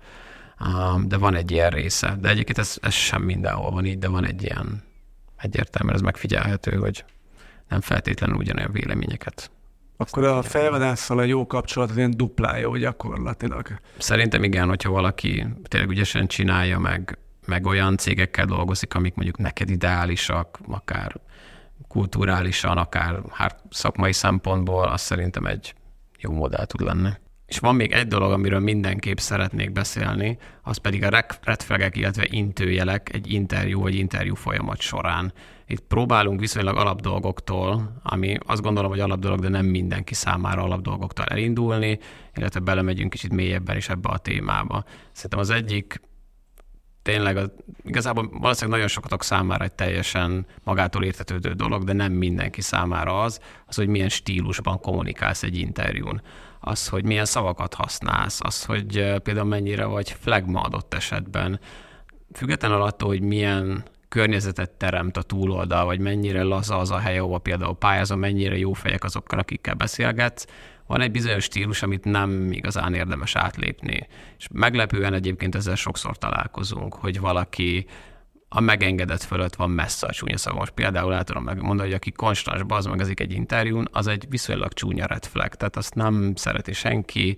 De van egy ilyen része. De egyébként ez, ez sem mindenhol van így, de van egy ilyen egyértelműen, ez megfigyelhető, hogy nem feltétlenül ugyanolyan véleményeket. Akkor a fejvadásszal a jó kapcsolat az ilyen duplája, hogy gyakorlatilag. Szerintem igen, hogyha valaki tényleg ügyesen csinálja, meg, meg olyan cégekkel dolgozik, amik mondjuk neked ideálisak, akár kulturálisan, akár hát szakmai szempontból, az szerintem egy jó modell tud lenni. És van még egy dolog, amiről mindenképp szeretnék beszélni, az pedig a red flagek, illetve intőjelek egy interjú vagy interjú folyamat során. Itt próbálunk viszonylag alapdolgoktól, ami azt gondolom, hogy alapdolog, de nem mindenki számára alapdolgoktól elindulni, illetve belemegyünk kicsit mélyebben is ebbe a témába. Szerintem az egyik tényleg az, igazából valószínűleg nagyon sokatok számára egy teljesen magától értetődő dolog, de nem mindenki számára az, az, hogy milyen stílusban kommunikálsz egy interjún. Az, hogy milyen szavakat használsz, az, hogy például mennyire vagy flagma adott esetben. Függetlenül attól, hogy milyen környezetet teremt a túloldal, vagy mennyire laza az a hely, ahol például pályázom, mennyire jó fejek azokkal, akikkel beszélgetsz, van egy bizonyos stílus, amit nem igazán érdemes átlépni. És meglepően egyébként ezzel sokszor találkozunk, hogy valaki a megengedett fölött van messze a csúnya szava. Most például el tudom megmondani, hogy aki konstans bazmegezik egy interjún, az egy viszonylag csúnya red flag, tehát azt nem szereti senki,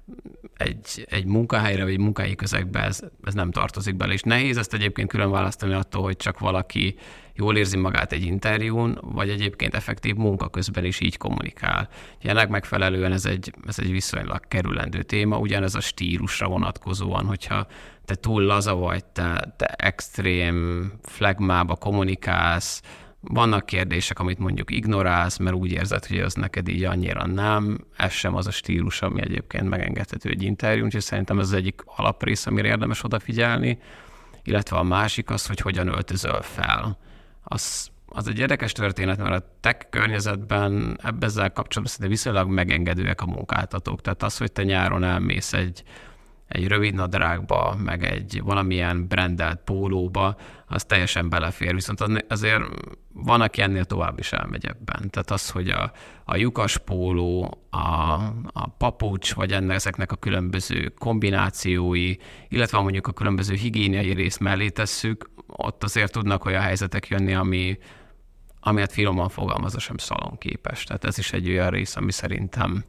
egy, egy munkahelyre vagy egy munkahelyi közegbe ez, ez nem tartozik bele. És nehéz ezt egyébként külön választani attól, hogy csak valaki jól érzi magát egy interjún, vagy egyébként effektív munka közben is így kommunikál. Ennek megfelelően ez egy, ez egy viszonylag kerülendő téma, ugyanez a stílusra vonatkozóan, hogyha te túl laza vagy, te, te extrém flagmába kommunikálsz, vannak kérdések, amit mondjuk ignorálsz, mert úgy érzed, hogy az neked így annyira nem, ez sem az a stílus, ami egyébként megengedhető egy interjún, úgyhogy szerintem ez az egyik alaprész, amire érdemes odafigyelni, illetve a másik az, hogy hogyan öltözöl fel. Az, az egy érdekes történet, mert a tech környezetben ebben ezzel kapcsolatban szerintem viszonylag megengedőek a munkáltatók. Tehát az, hogy te nyáron elmész egy egy rövid nadrágba, meg egy valamilyen brandelt pólóba, az teljesen belefér. Viszont azért van, aki ennél tovább is elmegy ebben. Tehát az, hogy a, a lyukas póló, a, a papucs, vagy ennek, ezeknek a különböző kombinációi, illetve mondjuk a különböző higiéniai rész mellé tesszük, ott azért tudnak olyan helyzetek jönni, ami, amilyet finoman fogalmazva sem szalonképes. Tehát ez is egy olyan rész, ami szerintem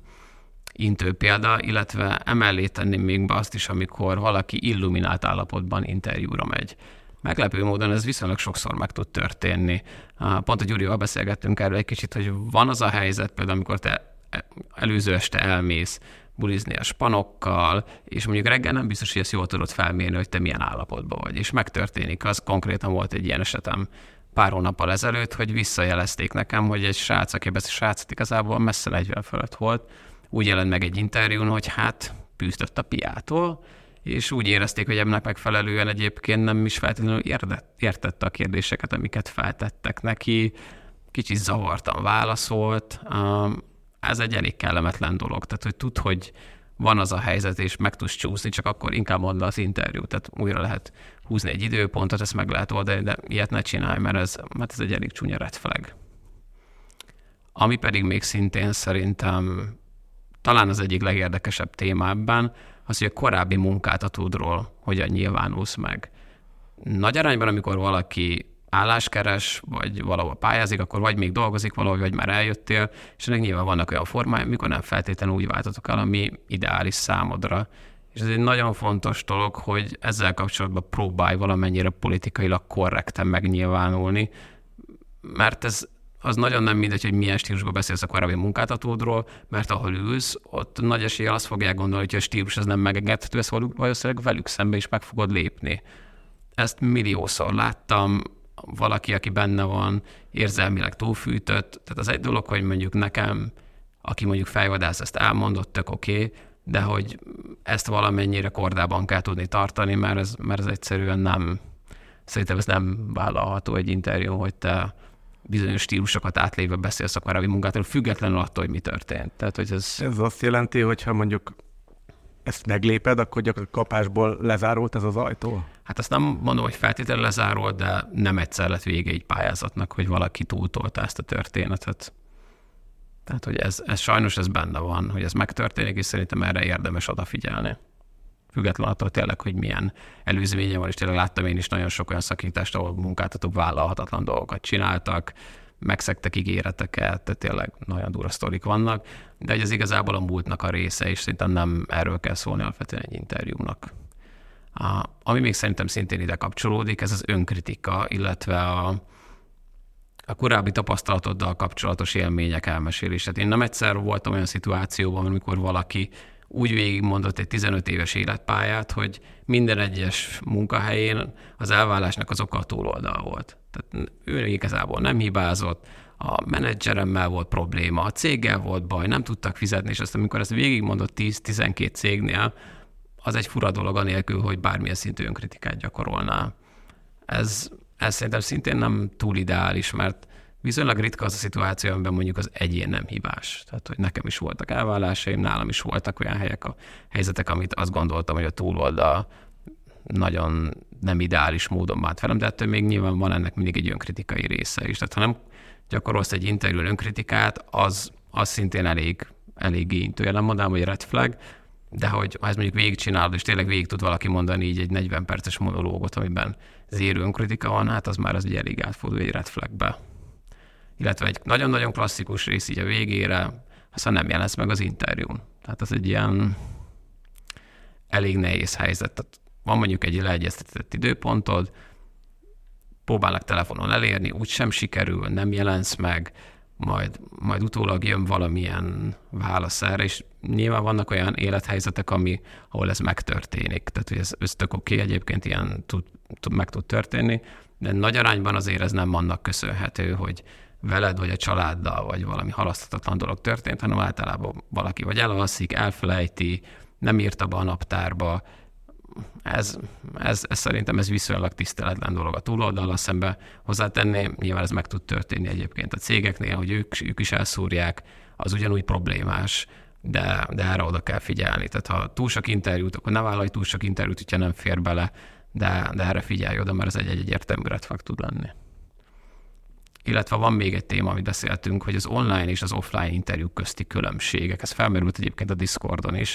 intő példa, illetve emellé tenném még be azt is, amikor valaki illuminált állapotban interjúra megy. Meglepő módon ez viszonylag sokszor meg tud történni. Pont a Gyurival beszélgettünk erről egy kicsit, hogy van az a helyzet, például amikor te előző este elmész bulizni a spanokkal, és mondjuk reggel nem biztos, hogy ezt jól tudod felmérni, hogy te milyen állapotban vagy. És megtörténik, az konkrétan volt egy ilyen esetem pár hónappal ezelőtt, hogy visszajelezték nekem, hogy egy srác, aki ezt a srácot igazából messze negyven fölött volt, úgy jelent meg egy interjún, hogy hát pűztött a piától, és úgy érezték, hogy ennek megfelelően egyébként nem is feltétlenül értette a kérdéseket, amiket feltettek neki, kicsit zavartan válaszolt. Ez egy elég kellemetlen dolog, tehát hogy tud, hogy van az a helyzet, és meg tudsz csúszni, csak akkor inkább mondd le az interjút, tehát újra lehet húzni egy időpontot, ezt meg lehet oldani, de ilyet ne csinálj, mert ez, mert ez egy elég csúnya red flag. Ami pedig még szintén szerintem talán az egyik legérdekesebb téma ebben, az, hogy a korábbi munkáltatódról hogyan nyilvánulsz meg. Nagy arányban, amikor valaki álláskeres, vagy valahol pályázik, akkor vagy még dolgozik valahogy, vagy már eljöttél, és ennek nyilván vannak olyan formái, amikor nem feltétlenül úgy váltotok el, ami ideális számodra. És ez egy nagyon fontos dolog, hogy ezzel kapcsolatban próbálj valamennyire politikailag korrekten megnyilvánulni, mert ez az nagyon nem mindegy, hogy milyen stílusban beszélsz a korábbi munkáltatódról, mert ahol ülsz, ott nagy eséllyel azt fogják gondolni, hogy a stílus az nem megengedhető, ezt valószínűleg velük szembe is meg fogod lépni. Ezt milliószor láttam, valaki, aki benne van, érzelmileg túlfűtött, tehát az egy dolog, hogy mondjuk nekem, aki mondjuk fejvadász, ezt elmondott, tök oké, okay, de hogy ezt valamennyire kordában kell tudni tartani, mert ez, mert ez egyszerűen nem, szerintem ez nem vállalható egy interjú, hogy te bizonyos stílusokat átlépve beszélsz a korábbi munkától, függetlenül attól, hogy mi történt. Tehát, hogy ez... ez azt jelenti, hogyha mondjuk ezt megléped, akkor gyakorlatilag kapásból lezárult ez az ajtó? Hát azt nem mondom, hogy feltétlenül lezárult, de nem egyszer lett vége egy pályázatnak, hogy valaki túltolta ezt a történetet. Tehát, hogy ez, ez sajnos ez benne van, hogy ez megtörténik, és szerintem erre érdemes odafigyelni. Függetlenül attól tényleg, hogy milyen előzménye van, és tényleg láttam én is nagyon sok olyan szakítást, ahol munkáltatók vállalhatatlan dolgokat csináltak, megszegtek ígéreteket, tehát tényleg nagyon durva sztorik vannak, de ez igazából a múltnak a része, és szerintem nem erről kell szólni alapvetően egy interjúnak. A, ami még szerintem szintén ide kapcsolódik, ez az önkritika, illetve a, a korábbi tapasztalatoddal kapcsolatos élmények elmesélése. Én nem egyszer voltam olyan szituációban, amikor valaki úgy végigmondott egy tizenöt éves életpályát, hogy minden egyes munkahelyén az elválásnak az oka a túloldal volt. Tehát ő igazából nem hibázott, a menedzseremmel volt probléma, a céggel volt baj, nem tudtak fizetni, és azt amikor ezt végigmondott tíz-tizenkét cégnél, az egy fura dolog anélkül, hogy bármilyen szintű önkritikát gyakorolná. Ez, ez szerintem szintén nem túl ideális, mert viszonylag ritka az a szituáció, amiben mondjuk az egyén nem hibás. Tehát, hogy nekem is voltak elvállásaim, nálam is voltak olyan helyek, a helyzetek, amit azt gondoltam, hogy a túloldal nagyon nem ideális módon vált velem, de ettől még nyilván van ennek mindig egy önkritikai része is. Tehát ha nem gyakorolsz egy interjún önkritikát, az, az szintén elég, elég érintő. Nem mondanám, hogy red flag, de hogy ha ezt mondjuk végigcsinálod, és tényleg végig tud valaki mondani így egy negyven perces monológot, amiben zérő önkritika van, hát az már az egy elég átfordul egy red flagbe. Illetve egy nagyon-nagyon klasszikus rész így a végére, aztán nem jelensz meg az interjún. Tehát ez egy ilyen elég nehéz helyzet. Tehát van mondjuk egy leegyeztetett időpontod, próbálnak telefonon elérni, úgysem sikerül, nem jelensz meg, majd, majd utólag jön valamilyen válasz erre, és nyilván vannak olyan élethelyzetek, ami, ahol ez megtörténik. Tehát, hogy ez, ez tök oké, egyébként ilyen tud, tud, meg tud történni, de nagy arányban azért ez nem annak köszönhető, hogy veled, vagy a családdal, vagy valami halaszthatatlan dolog történt, hanem általában valaki vagy elalszik, elfelejti, nem írta be a naptárba. Ez, ez, ez szerintem ez viszonylag tiszteletlen dolog a túloldallal szembe. Hozzátenném, nyilván ez meg tud történni egyébként a cégeknél, hogy ők, ők is elszúrják, az ugyanúgy problémás, de, de erre oda kell figyelni. Tehát ha túl sok interjút, akkor ne vállalj túl sok interjút, hogyha nem fér bele, de, de erre figyelj oda, mert ez egy egyértelmű red flag tud lenni. Illetve van még egy téma, amit beszéltünk, hogy az online és az offline interjúk közti különbségek. Ez felmerült egyébként a Discordon is.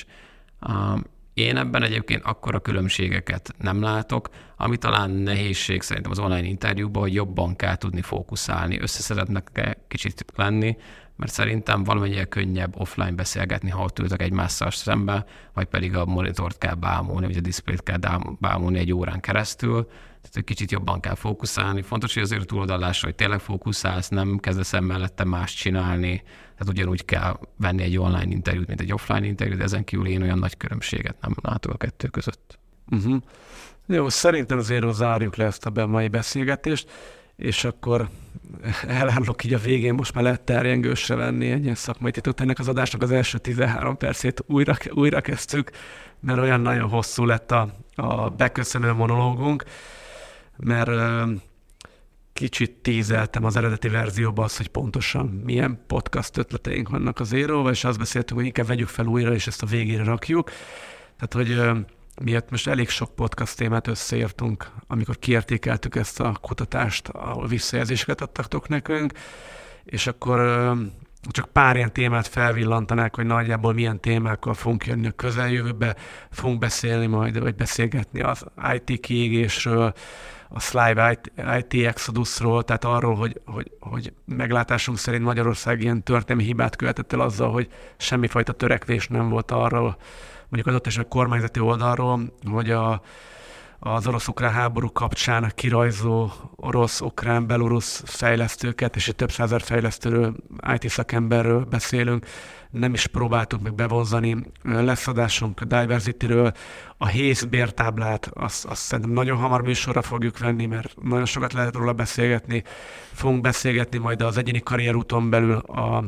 Én ebben egyébként akkora különbségeket nem látok, ami talán nehézség szerintem az online interjúban, hogy jobban kell tudni fókuszálni, összeszedetnek kell kicsit lenni, mert szerintem valamennyire könnyebb offline beszélgetni, ha ott ültek egymással szembe, vagy pedig a monitort kell bámulni, vagy a diszplét kell bámulni egy órán keresztül. Tehát, hogy kicsit jobban kell fókuszálni. Fontos, hogy azért a túloldalásra, hogy tényleg fókuszálsz, nem kezdesz el mellette más csinálni. Tehát ugyanúgy kell venni egy online interjút, mint egy offline interjút, de ezen kívül én olyan nagy különbséget nem látok a kettő között. Uh-huh. Jó, szerintem azért zárjuk le ezt a mai beszélgetést, és akkor elárulok így a végén, most már lehet terjengősre venni egy ilyen szakmai titót. Ennek az adásnak az első tizenhárom percét újra, újra kezdtük, mert olyan nagyon hosszú lett a, a beköszönő monológunk, mert ö, kicsit tízeltem az eredeti verzióban azt, hogy pontosan milyen podcast ötleteink vannak az Zeróval, és azt beszéltünk, hogy inkább vegyük fel újra, és ezt a végére rakjuk. Tehát, hogy ö, miatt most elég sok podcast témát összeértünk, amikor kiértékeltük ezt a kutatást, ahol visszajelzéseket adtak nekünk, és akkor ö, csak pár ilyen témát felvillantanák, hogy nagyjából milyen témákkal fogunk jönni a közeljövőbe, fogunk beszélni majd, vagy beszélgetni az i té kiégésről, a Slive i té Exodusról, tehát arról, hogy, hogy, hogy meglátásunk szerint Magyarország ilyen történelmi hibát követett el azzal, hogy semmifajta törekvés nem volt arról, mondjuk az ott esetben kormányzati oldalról, hogy a, az orosz-ukrán háború kapcsán kirajzó orosz-ukrán belorusz fejlesztőket, és egy több százer fejlesztőről, i té szakemberről beszélünk, nem is próbáltuk meg bevonzani. Lesz adásunk a Diversity-ről, a hész bértáblát, azt, azt szerintem nagyon hamar műsorra fogjuk venni, mert nagyon sokat lehet róla beszélgetni. Fogunk beszélgetni majd az egyéni karrierúton belül a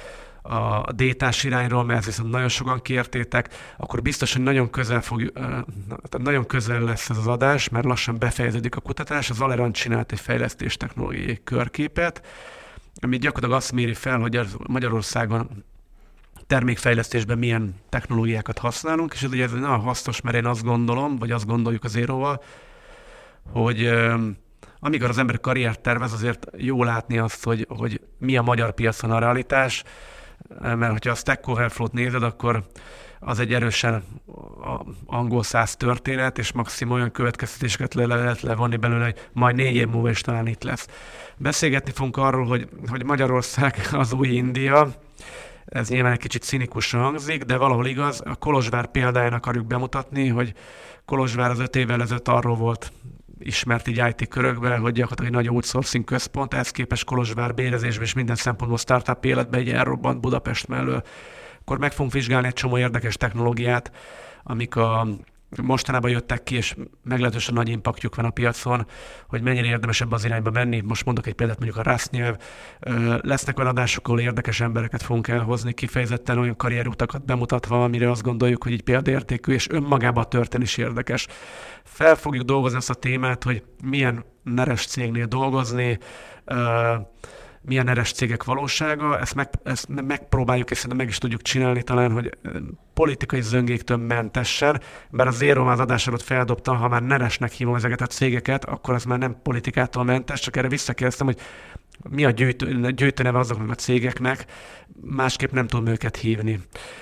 a détás irányról, mert ezt viszont nagyon sokan kértétek, akkor biztos, hogy nagyon közel, fog, tehát nagyon közel lesz ez az adás, mert lassan befejeződik a kutatás. Az Aleron csinált egy fejlesztés technológiai körképet, ami gyakorlatilag azt méri fel, hogy Magyarországon termékfejlesztésben milyen technológiákat használunk, és ez ugye ez nagyon hasznos, mert én azt gondolom, vagy azt gondoljuk az Zeroval, hogy amikor az ember karriert tervez, azért jó látni azt, hogy, hogy mi a magyar piacon a realitás, mert hogyha a Stack Overflow-t nézed, akkor az egy erősen angol száz történet, és maximum olyan következtetéseket le lehet levonni belőle, hogy majd négy év múlva is talán itt lesz. Beszélgetni fogunk arról, hogy, hogy Magyarország az új India, ez nyilván egy kicsit cinikusan hangzik, de valahol igaz. A Kolozsvár példáján akarjuk bemutatni, hogy Kolozsvár az öt évvel ezelőtt arról volt ismert így i té körökben, hogy gyakorlatilag egy nagy outsourcing központ, ehhez képest Kolozsvár bérezésben és minden szempontból startup életben egy elrobbant Budapest mellől. Akkor meg fogunk vizsgálni egy csomó érdekes technológiát, amik a mostanában jöttek ki, és meglehetősen nagy impaktjuk van a piacon, hogy mennyire érdemes ebbe az irányba menni. Most mondok egy példát, mondjuk a Rust nyelv. Lesznek olyan adások, ahol érdekes embereket fogunk elhozni, kifejezetten olyan karrierutakat bemutatva, amire azt gondoljuk, hogy így példaértékű, és önmagában a történet is érdekes. Fel fogjuk dolgozni azt a témát, hogy milyen neres cégnél dolgozni, milyen eres cégek valósága, ezt, meg, ezt megpróbáljuk, és szerintem meg is tudjuk csinálni talán, hogy politikai zöngéktől mentesen, bár a Zero az adás előtt feldobta, ha már neresnek hívom ezeket a cégeket, akkor az már nem politikától mentes, csak erre visszakérdeztem, hogy mi a gyűjtő, gyűjtőneve azoknak a cégeknek, másképp nem tudom őket hívni.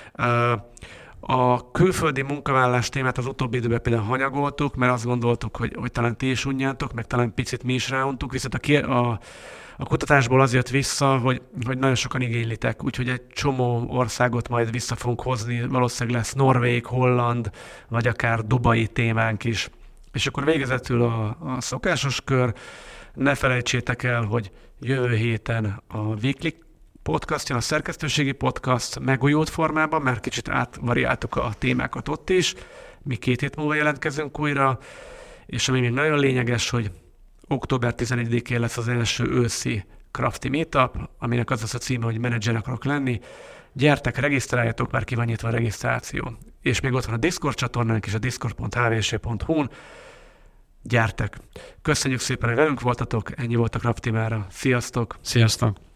A külföldi munkavállalás témát az utóbbi időben például hanyagoltuk, mert azt gondoltuk, hogy, hogy talán ti is unjátok, meg talán picit mi is ráuntuk, viszont a, a A kutatásból az jött vissza, hogy, hogy nagyon sokan igénylitek, úgyhogy egy csomó országot majd vissza fogunk hozni, valószínűleg lesz Norvég, Holland, vagy akár Dubai témánk is. És akkor végezetül a, a szokásos kör, ne felejtsétek el, hogy jövő héten a Weekly podcast jön, a szerkesztőségi podcast megújult formában, mert kicsit átvariáltuk a témákat ott is, mi két hét múlva jelentkezünk újra, és ami még nagyon lényeges, hogy október tizenegyedikén lesz az első őszi Crafty Meetup, aminek az lesz a címe, hogy menedzser akarok lenni. Gyertek, regisztráljatok, már ki van nyitva a regisztráció. És még ott van a Discord csatornánk és a discord pont h v s pont h u-n. Gyertek! Köszönjük szépen, hogy velünk voltatok, ennyi volt a Crafty mára. Sziasztok! Sziasztok!